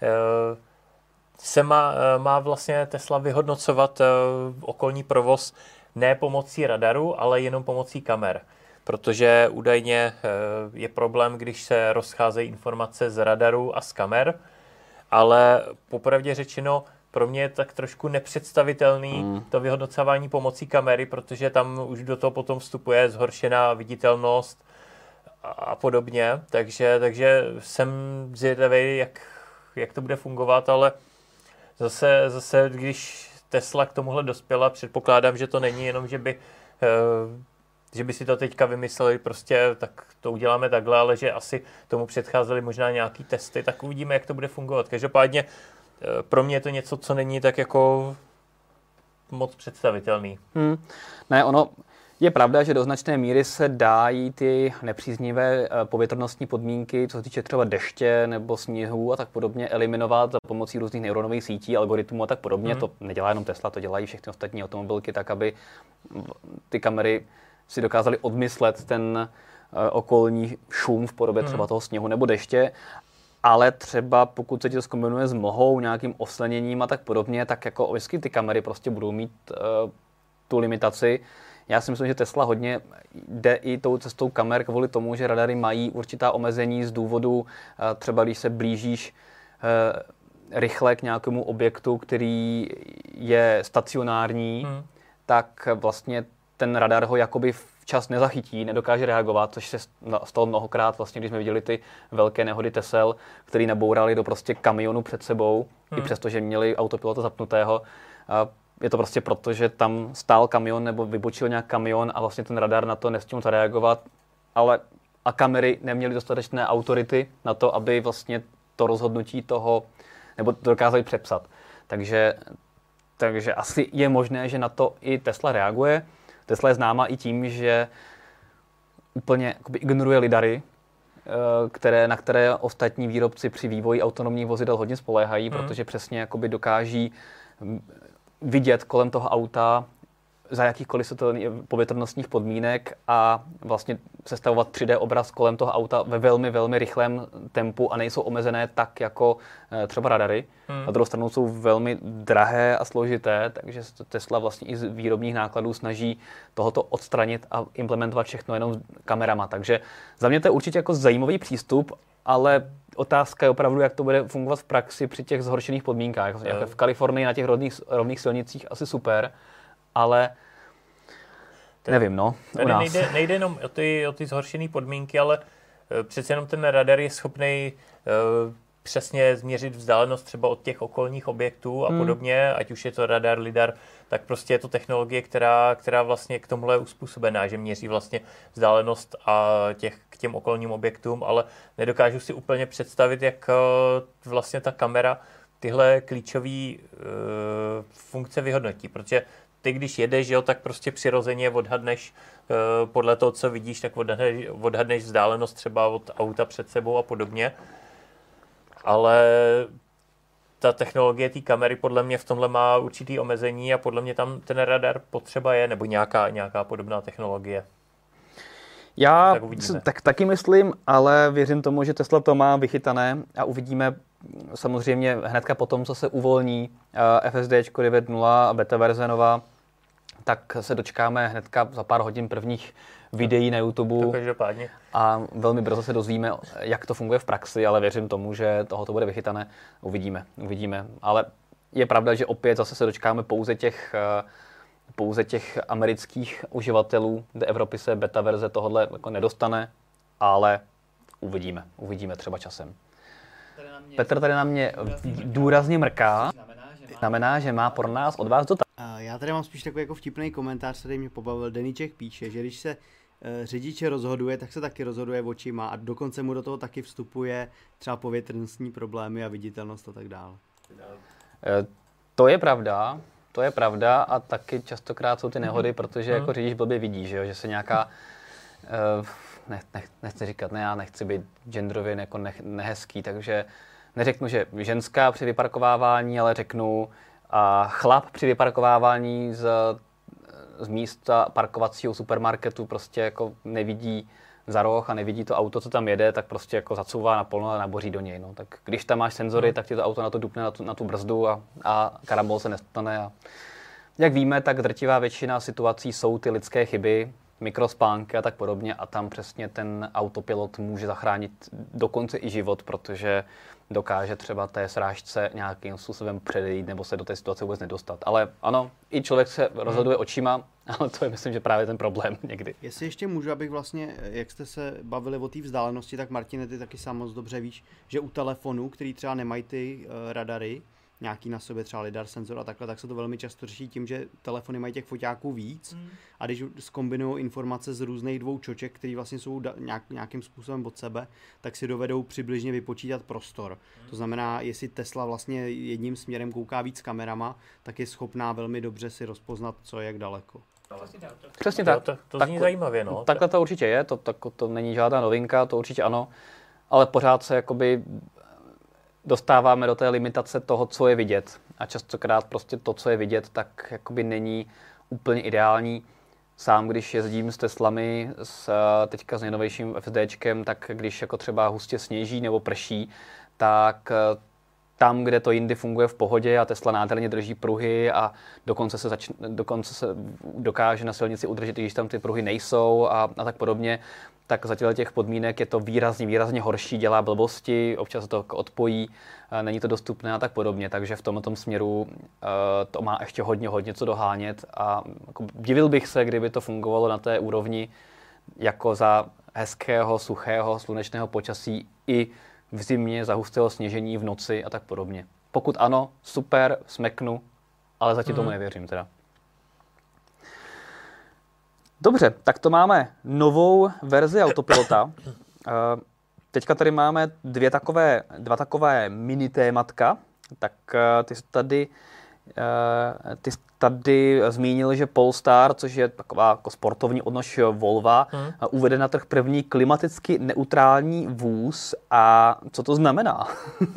se má, má vlastně Tesla vyhodnocovat okolní provoz ne pomocí radaru, ale jenom pomocí kamer. Protože údajně je problém, když se rozcházejí informace z radaru a z kamer, ale popravdě řečeno, pro mě je tak trošku nepředstavitelný mm. to vyhodnocování pomocí kamery, protože tam už do toho potom vstupuje zhoršená viditelnost a podobně, takže, takže jsem zvědavý, jak, jak to bude fungovat, ale zase, zase, když Tesla k tomuhle dospěla, předpokládám, že to není jenom, že by, že by si to teďka vymysleli, prostě tak to uděláme takhle, ale že asi tomu předcházely možná nějaký testy, tak uvidíme, jak to bude fungovat. Každopádně pro mě je to něco, co není tak jako moc představitelný. Hmm. Ne, ono je pravda, že do značné míry se dají ty nepříznivé povětrnostní podmínky, co se týče třeba deště nebo sněhu a tak podobně, eliminovat za pomocí různých neuronových sítí, algoritmů a tak podobně. Hmm. To nedělá jenom Tesla, to dělají všechny ostatní automobilky, tak aby ty kamery si dokázaly odmyslet ten okolní šum v podobě hmm. třeba toho sněhu nebo deště. Ale třeba pokud se ti to zkombinuje s mlhou, nějakým osleněním a tak podobně, tak jako vždycky ty kamery prostě budou mít uh, tu limitaci. Já si myslím, že Tesla hodně jde i tou cestou kamer kvůli tomu, že radary mají určitá omezení z důvodu, uh, třeba když se blížíš uh, rychle k nějakému objektu, který je stacionární, hmm. tak vlastně ten radar ho jakoby včas nezachytí, nedokáže reagovat, což se stalo mnohokrát, vlastně, když jsme viděli ty velké nehody Tesel, které nabourali do prostě kamionu před sebou, hmm. i přesto, že měli autopilota zapnutého. Je to prostě proto, že tam stál kamion nebo vybočil nějak kamion a vlastně ten radar na to nestihl zareagovat, ale a kamery neměly dostatečné autority na to, aby vlastně to rozhodnutí toho, nebo to dokázali přepsat. Takže, takže asi je možné, že na to i Tesla reaguje. Tesla je známa i tím, že úplně ignoruje lidary, které, na které ostatní výrobci při vývoji autonomních vozidel hodně spoléhají, hmm. protože přesně jakoby dokáží vidět kolem toho auta za jakýchkoliv povětrnostních podmínek a vlastně sestavovat tři dé obraz kolem toho auta ve velmi, velmi rychlém tempu a nejsou omezené tak jako třeba radary. Hmm. Na druhou stranu jsou velmi drahé a složité, takže Tesla vlastně i z výrobních nákladů snaží tohoto odstranit a implementovat všechno jenom kamerama. Takže za mě to je určitě jako zajímavý přístup, ale otázka je opravdu, jak to bude fungovat v praxi při těch zhoršených podmínkách. Hmm. Jako v Kalifornii na těch rovných, rovných silnicích asi super, ale nevím, no. Tady nejde, nejde jenom o ty, o ty zhoršené podmínky, ale uh, přece jenom ten radar je schopný uh, přesně změřit vzdálenost třeba od těch okolních objektů a hmm. podobně, ať už je to radar, lidar, tak prostě je to technologie, která, která vlastně k tomuhle je uspůsobená, že měří vlastně vzdálenost a těch, k těm okolním objektům, ale nedokážu si úplně představit, jak uh, vlastně ta kamera tyhle klíčové uh, funkce vyhodnotí, protože ty, když jedeš, jo, tak prostě přirozeně odhadneš uh, podle toho, co vidíš, tak odhadneš, odhadneš vzdálenost třeba od auta před sebou a podobně. Ale ta technologie té kamery podle mě v tomhle má určitý omezení a podle mě tam ten radar potřeba je, nebo nějaká, nějaká podobná technologie. Já tak, tak taky myslím, ale věřím tomu, že Tesla to má vychytané a uvidíme samozřejmě hnedka potom, co se uvolní uh, F S D devět tečka nula a beta verze nová, tak se dočkáme hnedka za pár hodin prvních videí na YouTube a velmi brzo se dozvíme, jak to funguje v praxi, ale věřím tomu, že toho to bude vychytané. Uvidíme, uvidíme. Ale je pravda, že opět zase se dočkáme pouze těch, pouze těch amerických uživatelů, kde Evropy se beta verze tohodle jako nedostane, ale uvidíme, uvidíme třeba časem. Tady mě, Petr tady na mě důrazně mrká, znamená, že má pro nás od vás dotaz. Já tady mám spíš takový jako vtipný komentář, který mě pobavil. Deníček píše, že když se uh, řidiče rozhoduje, tak se taky rozhoduje očima a dokonce mu do toho taky vstupuje třeba povětrnostní problémy a viditelnost a tak dále. To je pravda, to je pravda a taky častokrát jsou ty nehody, protože jako řidič blbě vidí, že, jo? Že se nějaká, uh, nech, nech, nechci říkat, ne, já nechci být genderově jako nech, nehezký, takže neřeknu, že ženská při vyparkovávání, ale řeknu a chlap při vyparkovávání z, z místa parkovacího supermarketu prostě jako nevidí za roh a nevidí to auto, co tam jede, tak prostě jako zacouvá naplno a naboří do něj. No. Tak když tam máš senzory, tak ti to auto na to dupne na tu, na tu brzdu a, a karambol se nestane. A jak víme, tak drtivá většina situací jsou ty lidské chyby, mikrospánky a tak podobně a tam přesně ten autopilot může zachránit dokonce i život, protože dokáže třeba té srážce nějakým způsobem předejít nebo se do té situace vůbec nedostat. Ale ano, i člověk se rozhoduje očima, ale to je myslím, že právě ten problém někdy. Jestli ještě můžu, abych vlastně, jak jste se bavili o té vzdálenosti, tak Martine, ty taky sám moc dobře víš, že u telefonů, který třeba nemají ty uh, radary, nějaký na sobě třeba lidar senzor a takhle, tak se to velmi často řeší tím, že telefony mají těch foťáků víc mm. a když zkombinují informace z různých dvou čoček, které vlastně jsou da, nějak, nějakým způsobem od sebe, tak si dovedou přibližně vypočítat prostor. Mm. To znamená, jestli Tesla vlastně jedním směrem kouká víc kamerama, tak je schopná velmi dobře si rozpoznat, co je jak daleko. Přesně tak. To, to, to zní tak, zajímavě, no. Takhle to určitě je, to, to, to není žádná novinka, to určitě ano, ale pořád se jakoby dostáváme do té limitace toho, co je vidět. A častokrát prostě to, co je vidět, tak jakoby není úplně ideální. Sám, když jezdím s Teslami, s, teďka s nejnovějším FSDčkem, tak když jako třeba hustě sněží nebo prší, tak tam, kde to jindy funguje v pohodě a Tesla nádherně drží pruhy a dokonce se, začne, dokonce se dokáže na silnici udržet, když tam ty pruhy nejsou a, a tak podobně, tak za těch podmínek je to výrazně, výrazně horší, dělá blbosti, občas to odpojí, není to dostupné a tak podobně. Takže v tomto směru uh, to má ještě hodně, hodně co dohánět a jako, divil bych se, kdyby to fungovalo na té úrovni jako za hezkého, suchého, slunečného počasí i v zimě, za hustého sněžení v noci a tak podobně. Pokud ano, super, smeknu, ale zatím mm. tomu nevěřím teda. Dobře, tak to máme novou verzi autopilota. Teďka tady máme dvě takové, dva takové mini tématka. Tak ty jsi tady, ty jsi tady zmínil, že Polestar, což je taková jako sportovní odnož Volva, hmm. uvede na trh první klimaticky neutrální vůz. A co to znamená?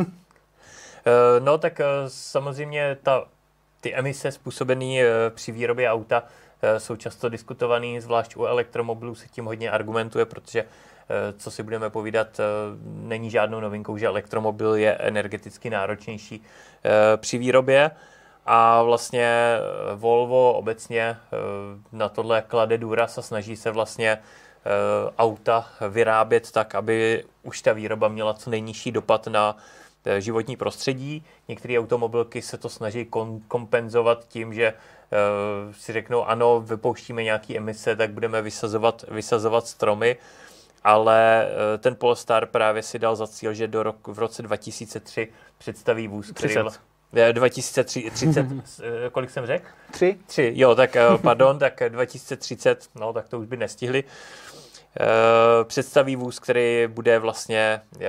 No tak samozřejmě ta, ty emise způsobené při výrobě auta jsou často diskutovaný, zvlášť u elektromobilů se tím hodně argumentuje, protože, co si budeme povídat, není žádnou novinkou, že elektromobil je energeticky náročnější při výrobě. A vlastně Volvo obecně na tohle klade důraz a snaží se vlastně auta vyrábět tak, aby už ta výroba měla co nejnižší dopad na životní prostředí. Některé automobilky se to snaží kompenzovat tím, že uh, si řeknou, ano, vypouštíme nějaké emise, tak budeme vysazovat, vysazovat stromy, ale uh, ten Polestar právě si dal za cíl, že do roku, v roce dva tisíce tři představí vůz, který... dva tisíce třicet, kolik jsem řekl? Tři. Tři, jo, tak pardon, tak dva tisíce třicet, no tak to už by nestihli. Uh, představí vůz, který bude vlastně uh,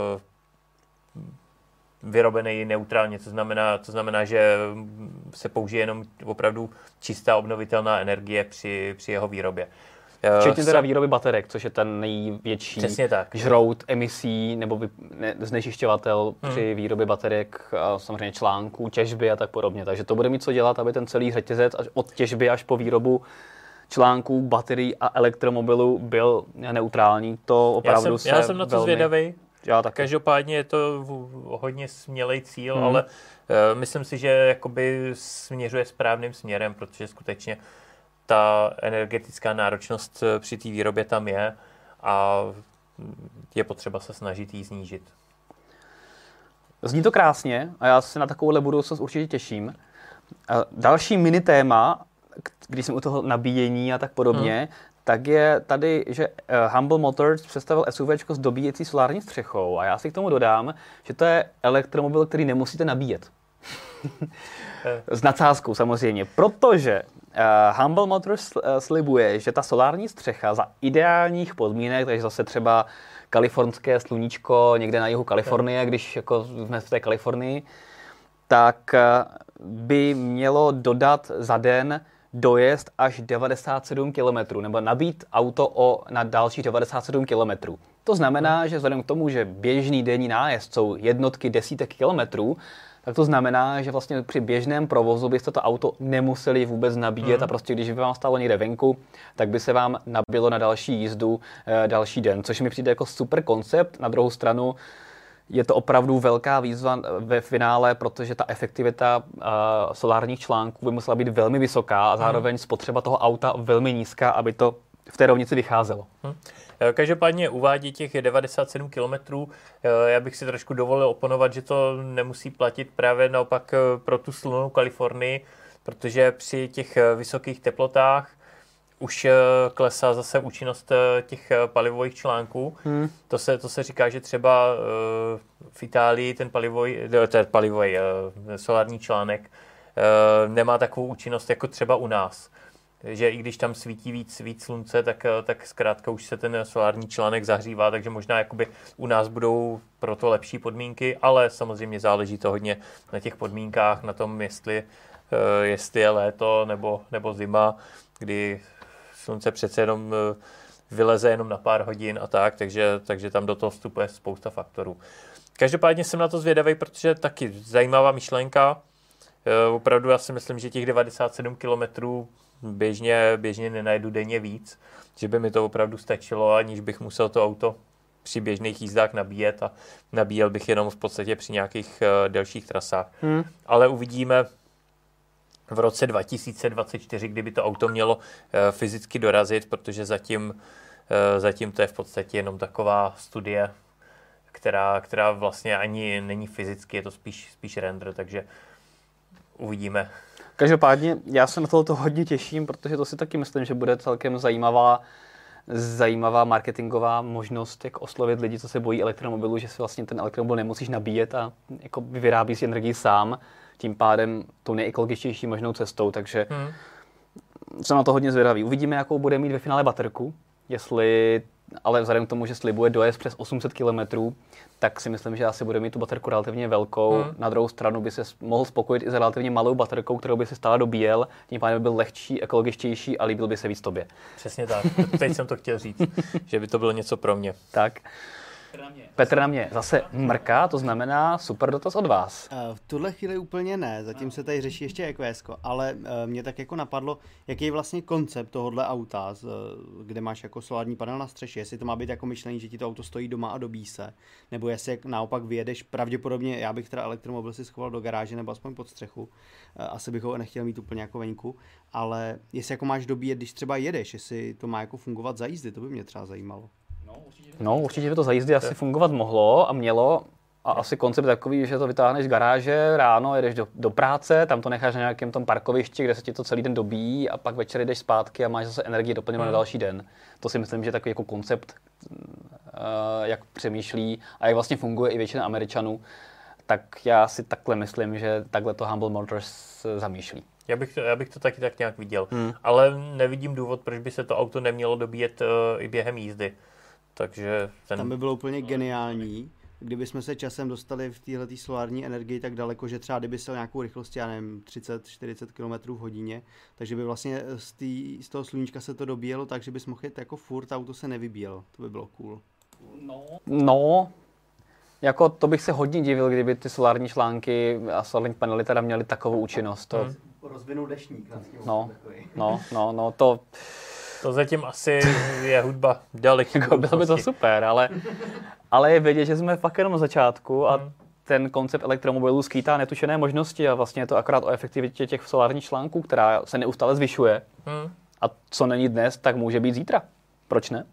vyrobený neutrálně, to znamená, to znamená, že se použije jenom opravdu čistá obnovitelná energie při, při jeho výrobě. Včetně teda výroby baterek, což je ten největší žrout emisí nebo znečišťovatel hmm. při výrobě baterek a samozřejmě článků, těžby a tak podobně. Takže to bude mít co dělat, aby ten celý řetězec od těžby až po výrobu článků, baterií a elektromobilů byl neutrální. To opravdu já jsem, se já jsem na to velmi... zvědavej. Já taky. Každopádně je to hodně smělej cíl, hmm. ale uh, myslím si, že jakoby směřuje správným směrem, protože skutečně ta energetická náročnost při té výrobě tam je a je potřeba se snažit ji snížit. Zní to krásně a já se na takovouhle budoucnost určitě těším. Další mini téma, když jsem u toho nabíjení a tak podobně, hmm. tak je tady, že Humble Motors představil SUVčko s dobíjecí solární střechou a já si k tomu dodám, že to je elektromobil, který nemusíte nabíjet. S nadsázkou samozřejmě, protože uh, Humble Motors slibuje, že ta solární střecha za ideálních podmínek, takže zase třeba kalifornské sluníčko někde na jihu Kalifornie, když jako jsme v té Kalifornii, tak by mělo dodat za den dojezd až devadesát sedm kilometrů, nebo nabít auto o, na dalších devadesát sedm kilometrů. To znamená, že vzhledem k tomu, že běžný denní nájezd jsou jednotky desítek kilometrů, tak to znamená, že vlastně při běžném provozu byste to auto nemuseli vůbec nabíjet mm. a prostě když by vám stálo někde venku, tak by se vám nabilo na další jízdu e, další den, což mi přijde jako super koncept. Na druhou stranu je to opravdu velká výzva ve finále, protože ta efektivita uh, solárních článků by musela být velmi vysoká a zároveň hmm. spotřeba toho auta velmi nízká, aby to v té rovnici vycházelo. Hmm. Každopádně uvádí těch devadesát sedm kilometrů. Já bych si trošku dovolil oponovat, že to nemusí platit právě naopak pro tu slunnou Kalifornii, protože při těch vysokých teplotách už klesá zase účinnost těch palivových článků. Hmm. To, se, to se říká, že třeba v Itálii ten palivový, ten palivový solární článek nemá takovou účinnost jako třeba u nás. Že i když tam svítí víc, víc slunce, tak, tak zkrátka už se ten solární článek zahřívá, takže možná jakoby u nás budou proto lepší podmínky, ale samozřejmě záleží to hodně na těch podmínkách, na tom, jestli, jestli je léto nebo, nebo zima, kdy slunce přece jenom vyleze jenom na pár hodin a tak, takže, takže tam do toho vstupuje spousta faktorů. Každopádně jsem na to zvědavý, protože taky zajímavá myšlenka. Opravdu já si myslím, že těch devadesát sedm kilometrů běžně, běžně nenajdu denně víc, že by mi to opravdu stačilo, aniž bych musel to auto při běžných jízdách nabíjet a nabíjel bych jenom v podstatě při nějakých uh, delších trasách. Hmm. Ale uvidíme v roce dva tisíce dvacet čtyři, kdyby to auto mělo uh, fyzicky dorazit, protože zatím, uh, zatím to je v podstatě jenom taková studie, která, která vlastně ani není fyzicky, je to spíš, spíš render, takže uvidíme. Každopádně já se na tohoto hodně těším, protože to si taky myslím, že bude celkem zajímavá, zajímavá marketingová možnost, jak oslovit lidi, co se bojí elektromobilu, že si vlastně ten elektromobil nemusíš nabíjet a jako vyrábí si energii sám, tím pádem tou nejekologičtější možnou cestou, takže hmm. jsem na to hodně zvědavý. Uvidíme, jakou bude mít ve finále baterku, jestli, ale vzhledem k tomu, že slibuje dojezd přes osm set kilometrů, tak si myslím, že asi bude mít tu baterku relativně velkou. Hmm. Na druhou stranu by se mohl spokojit i s relativně malou baterkou, kterou by si stále dobíjel, tím pádem by byl lehčí, ekologičtější a líbil by se víc tobě. Přesně tak. Teď jsem to chtěl říct, že by to bylo něco pro mě. Tak. Petr na mě zase mrká, to znamená super dotaz od vás. V tuhle chvíli úplně ne, zatím se tady řeší ještě EQSko, ale mě tak jako napadlo, jaký je vlastně koncept tohohle auta, kde máš jako solární panel na střeše, jestli to má být jako myšlení, že ti to auto stojí doma a dobí se, nebo jestli naopak vyjedeš, pravděpodobně, já bych teda elektromobil si schoval do garáže nebo aspoň pod střechu, asi bych ho nechtěl mít úplně jako venku, ale jestli jako máš dobíjet, když třeba jedeš, jestli to má jako fungovat za jízdy, to by mě třeba zajímalo. No, určitě by to za jízdy asi fungovat mohlo a mělo. A asi koncept takový, že to vytáhneš z garáže, ráno jedeš do, do práce, tam to necháš na nějakém tom parkovišti, kde se ti to celý den dobíjí a pak večer jdeš zpátky a máš zase energii doplněnou hmm. na další den. To si myslím, že je takový jako koncept, uh, jak přemýšlí a jak vlastně funguje i většina Američanů. Tak já si takhle myslím, že takhle to Humble Motors zamýšlí. Já bych, to, já bych to taky tak nějak viděl, hmm. ale nevidím důvod, proč by se to auto nemělo dobíjet uh, i během jízdy. Takže ten... Tam by bylo úplně geniální, kdyby jsme se časem dostali v téhletý solární energii tak daleko, že třeba kdyby se nějakou rychlostí, já nevím, třicet čtyřicet kilometrů v hodině, takže by vlastně z, tý, z toho sluníčka se to dobíjelo tak, že bys mohl jít jako furt, auto se nevybíjelo. To by bylo cool. No, no, jako to bych se hodně divil, kdyby ty solární články a solární panely teda měly takovou účinnost. To... Hmm. Rozvinul deštník na no, no, no, no, to... To zatím asi je hudba daleký. Bylo by to super, ale, ale je vědět, že jsme fakt jenom na začátku a hmm. ten koncept elektromobilů skýtá netušené možnosti a vlastně je to akorát o efektivitě těch solárních článků, která se neustále zvyšuje. Hmm. A co není dnes, tak může být zítra. Proč ne?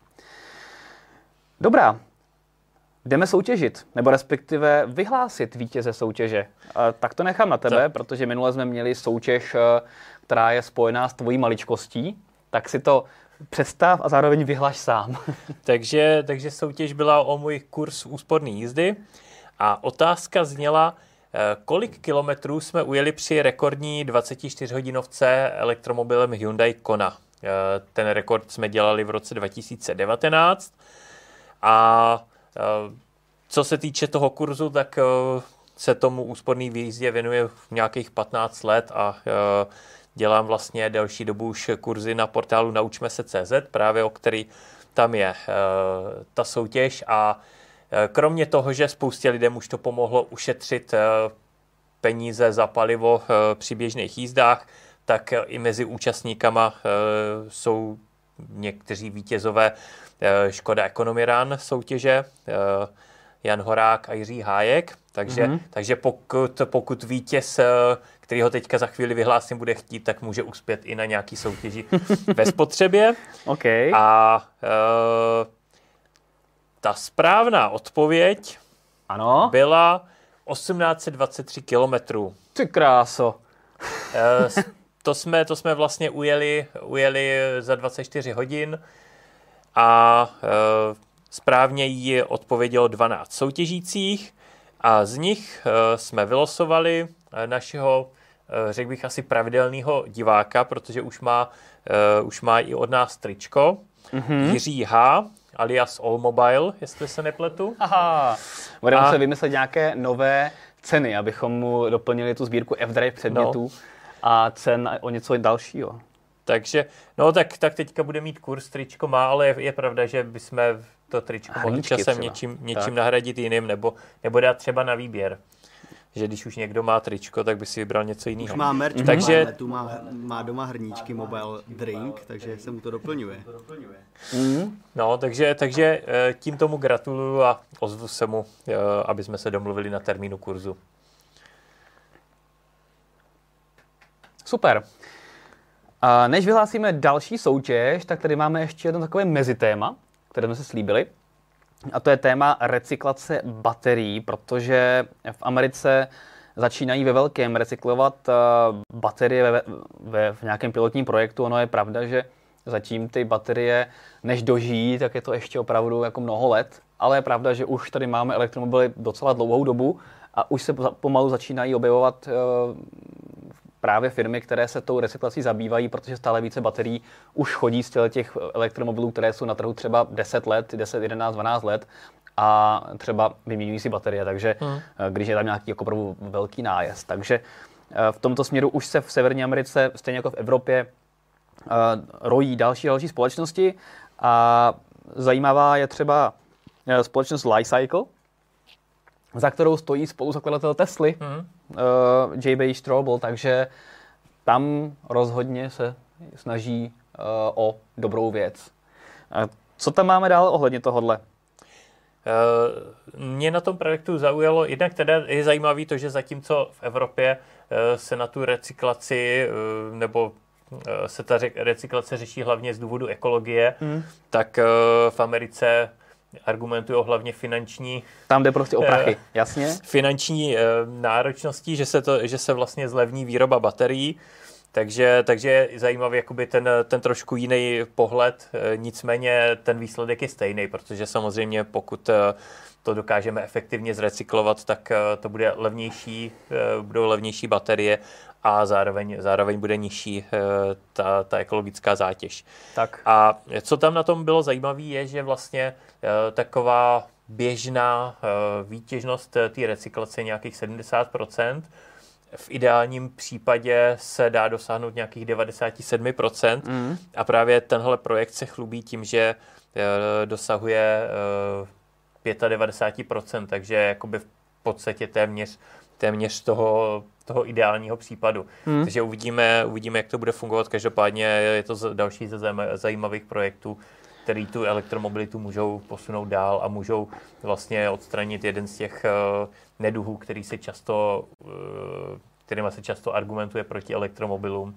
Dobrá. Jdeme soutěžit, nebo respektive vyhlásit vítěze soutěže. A tak to nechám na tebe, Co? Protože minule jsme měli soutěž, která je spojená s tvojí maličkostí. Tak si to představ a zároveň vyhlaš sám. takže, takže soutěž byla o můj kurz úsporné jízdy a otázka zněla, kolik kilometrů jsme ujeli při rekordní dvacetičtyřhodinovce elektromobilem Hyundai Kona. Ten rekord jsme dělali v roce dva tisíce devatenáct a co se týče toho kurzu, tak se tomu úsporný výjízdě věnuje nějakých patnáct let a dělám vlastně delší dobu už kurzy na portálu Naučme se tečka cé zet, právě o který tam je e, ta soutěž a e, kromě toho, že spoustě lidem už to pomohlo ušetřit e, peníze za palivo e, při běžných jízdách, tak e, i mezi účastníkama e, jsou někteří vítězové e, Škoda Economy Run soutěže, e, Jan Horák a Jiří Hájek, takže, mm-hmm. takže pokud, pokud vítěz, který ho teďka za chvíli vyhlásím, bude chtít, tak může uspět i na nějaký soutěži ve spotřebě. Okay. A e, ta správná odpověď ano? byla osmnáct set dvacet tři kilometrů. Ty kráso. E, to jsme, to jsme vlastně ujeli, ujeli za dvacet čtyři hodin a e, správně jí odpovědělo dvanáct soutěžících a z nich e, jsme vylosovali našeho, e, řekl bych asi pravidelného diváka, protože už má, e, už má i od nás tričko. Mm-hmm. Jiří H. alias All Mobile, jestli se nepletu. Aha, budeme a... se vymyslet nějaké nové ceny, abychom mu doplnili tu sbírku F-Drive předmětů no. a cen o něco dalšího. Takže, no tak, tak teďka bude mít kurz, tričko má, ale je, je pravda, že bychom to tričko mohli časem něčím, něčím nahradit jiným, nebo, nebo dát třeba na výběr. Že když už někdo má tričko, tak by si vybral něco jiného. Už má merch, takže tu má, má doma hrníčky Mobile Drink, takže se mu to doplňuje. Mm. No, takže, takže tím tomu gratuluju a ozvu se mu, aby jsme se domluvili na termínu kurzu. Super. A než vyhlásíme další soutěž, tak tady máme ještě jedno takové mezitéma, které jsme se slíbili. A to je téma recyklace baterií, protože v Americe začínají ve velkém recyklovat baterie ve, ve, v nějakém pilotním projektu. Ono je pravda, že zatím ty baterie, než dožijí, tak je to ještě opravdu jako mnoho let. Ale je pravda, že už tady máme elektromobily docela dlouhou dobu a už se pomalu začínají objevovat právě firmy, které se tou recyklací zabývají, protože stále více baterií už chodí z těch elektromobilů, které jsou na trhu třeba deset let, deset, jedenáct, dvanáct let a třeba vyměňují si baterie, takže hmm. když je tam nějaký jako opravdu velký nájezd. Takže v tomto směru už se v Severní Americe, stejně jako v Evropě, rojí další další společnosti a zajímavá je třeba společnost Li-Cycle, za kterou stojí spoluzakladatel Tesly, hmm. uh, J B Straubel, takže tam rozhodně se snaží uh, o dobrou věc. Uh, co tam máme dál ohledně tohohle? Uh, mě na tom projektu zaujalo, jednak teda je zajímavý to, že zatímco v Evropě uh, se na tu recyklaci uh, nebo uh, se ta recyklace řeší hlavně z důvodu ekologie, hmm. tak uh, v Americe argumentují hlavně finanční... Tam jde prostě o prachy, jasně. Finanční e, náročností, že se, to, že se vlastně zlevní výroba baterií. Takže, takže je zajímavý jakoby ten, ten trošku jiný pohled, e, nicméně ten výsledek je stejný, protože samozřejmě pokud e, to dokážeme efektivně zrecyklovat, tak e, to bude levnější, e, budou levnější baterie a zároveň, zároveň bude nižší e, ta, ta ekologická zátěž. Tak. A co tam na tom bylo zajímavé, je, že vlastně e, taková běžná e, výtěžnost té recyklace je nějakých sedmdesát procent. V ideálním případě se dá dosáhnout nějakých devadesát sedm procent. Mm. A právě tenhle projekt se chlubí tím, že e, dosahuje e, devadesát pět procent, takže jakoby v podstatě téměř téměř toho, toho ideálního případu. Hmm. Takže uvidíme, uvidíme, jak to bude fungovat. Každopádně je to další ze zajímavých projektů, který tu elektromobilitu můžou posunout dál a můžou vlastně odstranit jeden z těch uh, neduhů, který se často, uh, kterýma se často argumentuje proti elektromobilům.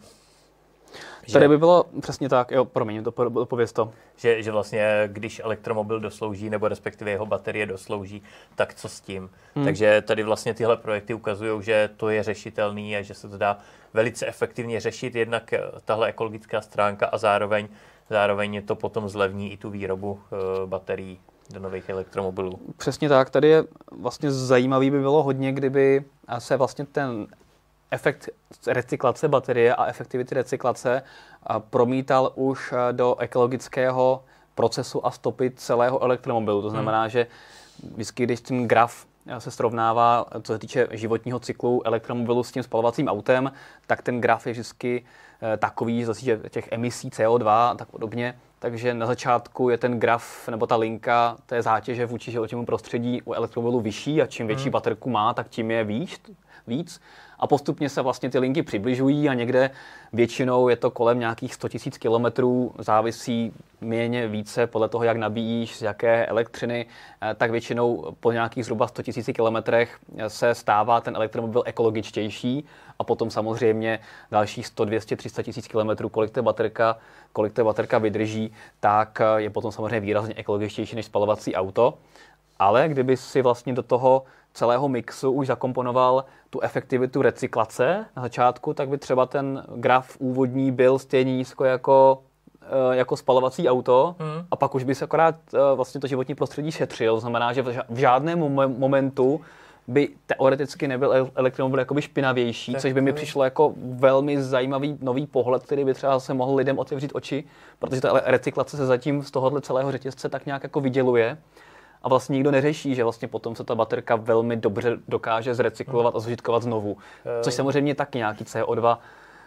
Tady by bylo přesně tak, jo, promiň, to pověz to. Že, že vlastně, když elektromobil doslouží, nebo respektive jeho baterie doslouží, tak co s tím? Hmm. Takže tady vlastně tyhle projekty ukazují, že to je řešitelný a že se to dá velice efektivně řešit, jednak tahle ekologická stránka a zároveň, zároveň to potom zlevní i tu výrobu uh, baterií do nových elektromobilů. Přesně tak, tady je vlastně zajímavý by bylo hodně, kdyby se vlastně ten efekt recyklace baterie a efektivity recyklace promítal už do ekologického procesu a stopy celého elektromobilu. To znamená, hmm. že vždycky, když ten graf se srovnává, co se týče životního cyklu elektromobilu s tím spalovacím autem, tak ten graf je vždycky takový, co se týče těch emisí C O dva a tak podobně. Takže na začátku je ten graf nebo ta linka té zátěže vůči životnímu prostředí u elektromobilu vyšší a čím větší hmm. baterku má, tak tím je víc. víc. A postupně se vlastně ty linky přibližují a někde většinou je to kolem nějakých sto tisíc kilometrů, závisí méně více podle toho, jak nabíjíš, z jaké elektřiny, tak většinou po nějakých zhruba sto tisíc kilometrech se stává ten elektromobil ekologičtější a potom samozřejmě dalších sto, dvě stě, tři sta tisíc kilometrů, kolik ta baterka, kolik ta baterka vydrží, tak je potom samozřejmě výrazně ekologičtější než spalovací auto. Ale kdyby si vlastně do toho celého mixu už zakomponoval tu efektivitu recyklace na začátku, tak by třeba ten graf úvodní byl stejně nízko jako, jako spalovací auto hmm. a pak už by se akorát vlastně to životní prostředí šetřil. Znamená, že v žádném momentu by teoreticky nebyl elektromobil jakoby špinavější, tak což by mi přišlo jako velmi zajímavý nový pohled, který by třeba se mohl lidem otevřít oči, protože ta recyklace se zatím z tohohle celého řetězce tak nějak jako vyděluje. A vlastně nikdo neřeší, že vlastně potom se ta baterka velmi dobře dokáže zrecyklovat hmm. a zužitkovat znovu. Což samozřejmě je taky nějaký C O dva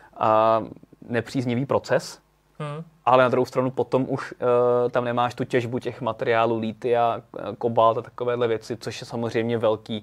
a nepříznivý proces, hmm. ale na druhou stranu potom už uh, tam nemáš tu těžbu těch materiálů litia, kobalt a takovéhle věci, což je samozřejmě velký,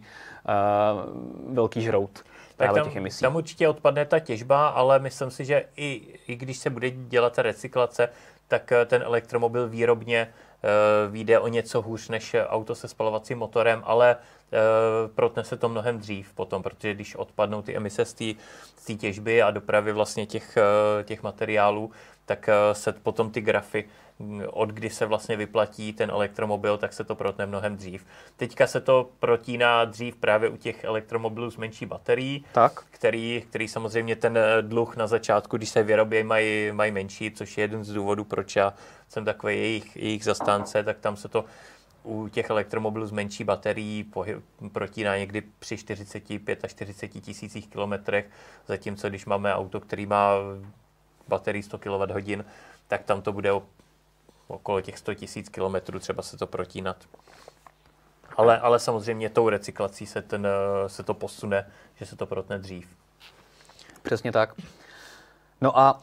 uh, velký žrout právě těch emisí. Tam určitě odpadne ta těžba, ale myslím si, že i, i když se bude dělat ta recyklace, tak ten elektromobil výrobně uh, vyjde o něco hůř než auto se spalovacím motorem, ale uh, protne se to mnohem dřív potom, protože když odpadnou ty emise z té těžby a dopravy vlastně těch, uh, těch materiálů, tak uh, se potom ty grafy, od kdy se vlastně vyplatí ten elektromobil, tak se to protne mnohem dřív. Teďka se to protíná dřív právě u těch elektromobilů s menší baterií, tak. Který, který samozřejmě ten dluh na začátku, když se vyrobí, mají, mají menší, což je jeden z důvodů, proč já jsem takový jejich, jejich zastánce, tak tam se to u těch elektromobilů s menší baterií pohyb, protíná někdy při čtyřicet pět až čtyřicet tisících kilometrech, zatímco když máme auto, který má baterii sto kilowatthodin, tak tam to bude okolo těch sto tisíc kilometrů, třeba se to protínat. Ale, ale samozřejmě tou recyklací se, ten, se to posune, že se to protne dřív. Přesně tak. No a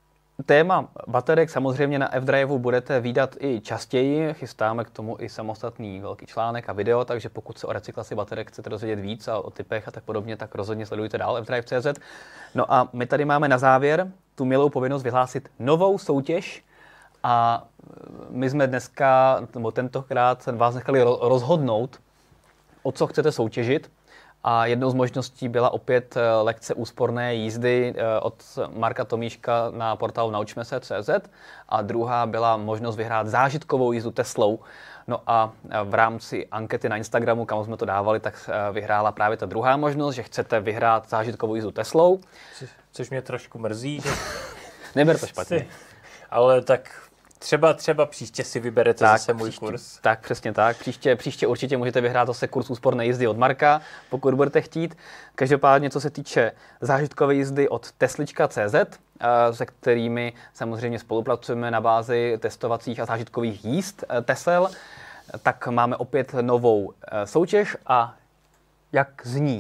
téma baterek samozřejmě na F-Driveu budete vídat i častěji. Chystáme k tomu i samostatný velký článek a video, takže pokud se o recyklaci baterek chcete dozvědět víc a o typech a tak podobně, tak rozhodně sledujte dál f drive tečka cé zet. No a my tady máme na závěr tu milou povinnost vyhlásit novou soutěž. A my jsme dneska, nebo tentokrát vás nechali rozhodnout, o co chcete soutěžit. A jednou z možností byla opět lekce úsporné jízdy od Marka Tomíška na portálu naučme se tečka cé zet a druhá byla možnost vyhrát zážitkovou jízdu Teslou. No a v rámci ankety na Instagramu, kam jsme to dávali, tak vyhrála právě ta druhá možnost, že chcete vyhrát zážitkovou jízdu Teslou. Což mě trošku mrzí, že... Neber to špatně. Ale tak... Třeba, třeba příště si vyberete tak, zase můj příště, kurz. Tak, přesně tak. Příště, příště určitě můžete vyhrát zase kurz úsporné jízdy od Marka, pokud budete chtít. Každopádně, co se týče zážitkové jízdy od teslička tečka cé zet, se kterými samozřejmě spolupracujeme na bázi testovacích a zážitkových jízd Tesel, tak máme opět novou soutěž a jak zní?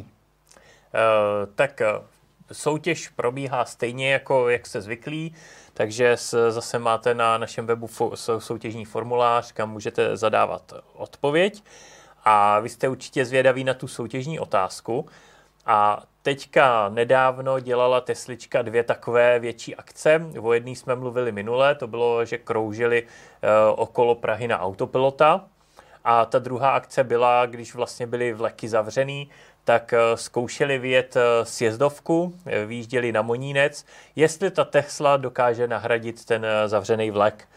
Uh, tak soutěž probíhá stejně, jako jak jste zvyklí. Takže zase máte na našem webu soutěžní formulář, kam můžete zadávat odpověď. A vy jste určitě zvědaví na tu soutěžní otázku. A teďka nedávno dělala Teslička dvě takové větší akce. O jedné jsme mluvili minule, to bylo, že kroužili okolo Prahy na autopilota. A ta druhá akce byla, když vlastně byly vleky zavřený, tak zkoušeli vyjet sjezdovku, vyjížděli na Monínec, jestli ta Tesla dokáže nahradit ten zavřený vlek.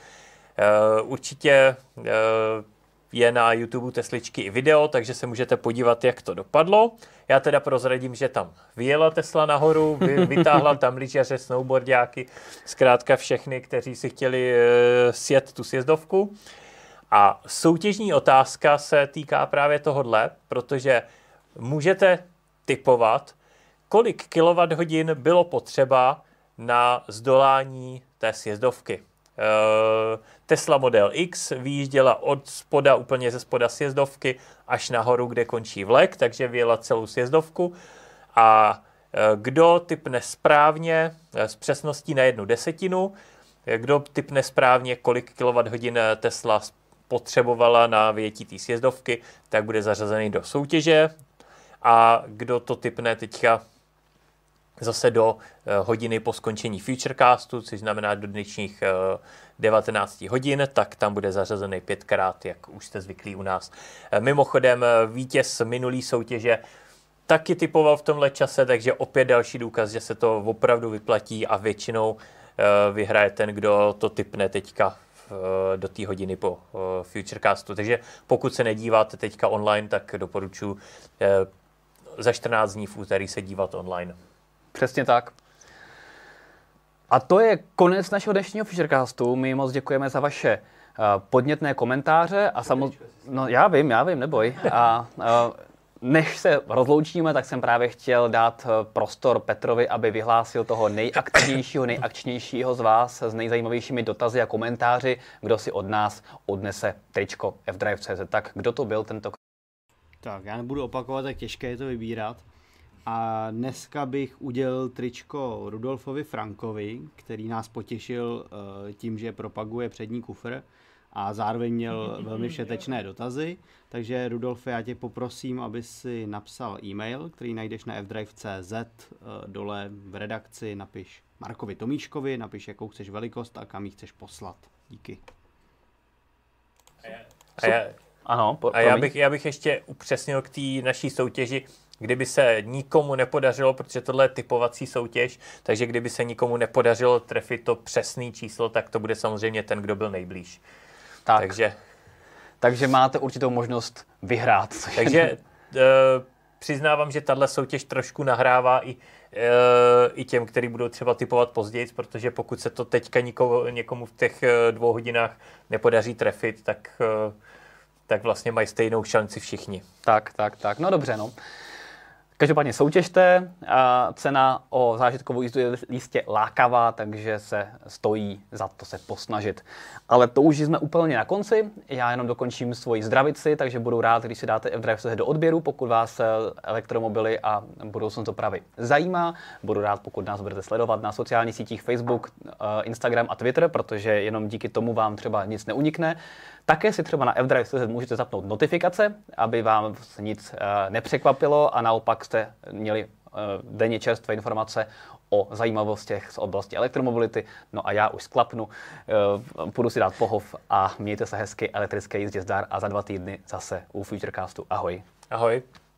Určitě je na YouTube Tesličky i video, takže se můžete podívat, jak to dopadlo. Já teda prozradím, že tam vyjela Tesla nahoru, vytáhla tam lyžaře, snowboardiáky, zkrátka všechny, kteří si chtěli sjet tu sjezdovku. A soutěžní otázka se týká právě tohodle, protože můžete tipovat, kolik kilowatthodin bylo potřeba na zdolání té sjezdovky. Tesla Model X vyjížděla od spoda, úplně ze spoda sjezdovky až nahoru, kde končí vlek, takže vyjela celou sjezdovku. A kdo tipne správně s přesností na jednu desetinu, kdo tipne správně, kolik kilowatthodin Tesla potřebovala na vyjetí té sjezdovky, tak bude zařazený do soutěže. A kdo to tipne teďka zase do hodiny po skončení Futurecastu, což znamená do dnešních devatenáct hodin, tak tam bude zařazený pětkrát, jak už jste zvyklí u nás. Mimochodem vítěz minulý soutěže taky typoval v tomhle čase, takže opět další důkaz, že se to opravdu vyplatí a většinou vyhraje ten, kdo to tipne teďka do té hodiny po Futurecastu. Takže pokud se nedíváte teďka online, tak doporučuji za čtrnáct dní v úterý se dívat online. Přesně tak. A to je konec našeho dnešního Futurecastu. My moc děkujeme za vaše uh, podnětné komentáře a samozřejmě... No já vím, já vím, neboj. A uh, než se rozloučíme, tak jsem právě chtěl dát prostor Petrovi, aby vyhlásil toho nejaktivnějšího, nejakčnějšího z vás s nejzajímavějšími dotazy a komentáři, kdo si od nás odnese tričko F Drive tečka cé zet. Tak kdo to byl tento? Tak, já nebudu opakovat, jak těžké je to vybírat. A dneska bych udělil tričko Rudolfovi Frankovi, který nás potěšil uh, tím, že propaguje přední kufr a zároveň měl velmi všetečné dotazy. Takže Rudolfe, já tě poprosím, aby si napsal e-mail, který najdeš na f drive tečka cé zet. Uh, dole v redakci napiš Markovi Tomíškovi, napiš, jakou chceš velikost a kam ji chceš poslat. Díky. A já, ano, po, a já, bych, já bych ještě upřesnil k té naší soutěži. Kdyby se nikomu nepodařilo, protože tohle je typovací soutěž, takže kdyby se nikomu nepodařilo trefit to přesné číslo, tak to bude samozřejmě ten, kdo byl nejblíž. Tak. Takže, takže máte určitou možnost vyhrát. Takže e, přiznávám, že tahle soutěž trošku nahrává i, e, i těm, kteří budou třeba typovat později, protože pokud se to teďka nikomu, někomu v těch dvou hodinách nepodaří trefit, tak, e, tak vlastně mají stejnou šanci všichni. Tak, tak, tak. No dobře, no. Každopádně soutěžte, a cena o zážitkovou jízdu je jistě lákavá, takže se stojí za to se posnažit. Ale to už jsme úplně na konci, já jenom dokončím svoji zdravici, takže budu rád, když si dáte F Drive tečka cé zet do odběru, pokud vás elektromobily a budoucnost dopravy zajímá. Budu rád, pokud nás budete sledovat na sociálních sítích Facebook, Instagram a Twitter, protože jenom díky tomu vám třeba nic neunikne. Také si třeba na F Drive tečka cé zet můžete zapnout notifikace, aby vám nic nepřekvapilo a naopak jste měli denně čerstvé informace o zajímavostech z oblasti elektromobility. No a já už sklapnu, půjdu si dát pohov a mějte se hezky, elektrické jízdě zdar a za dva týdny zase u Futurecastu. Ahoj. Ahoj.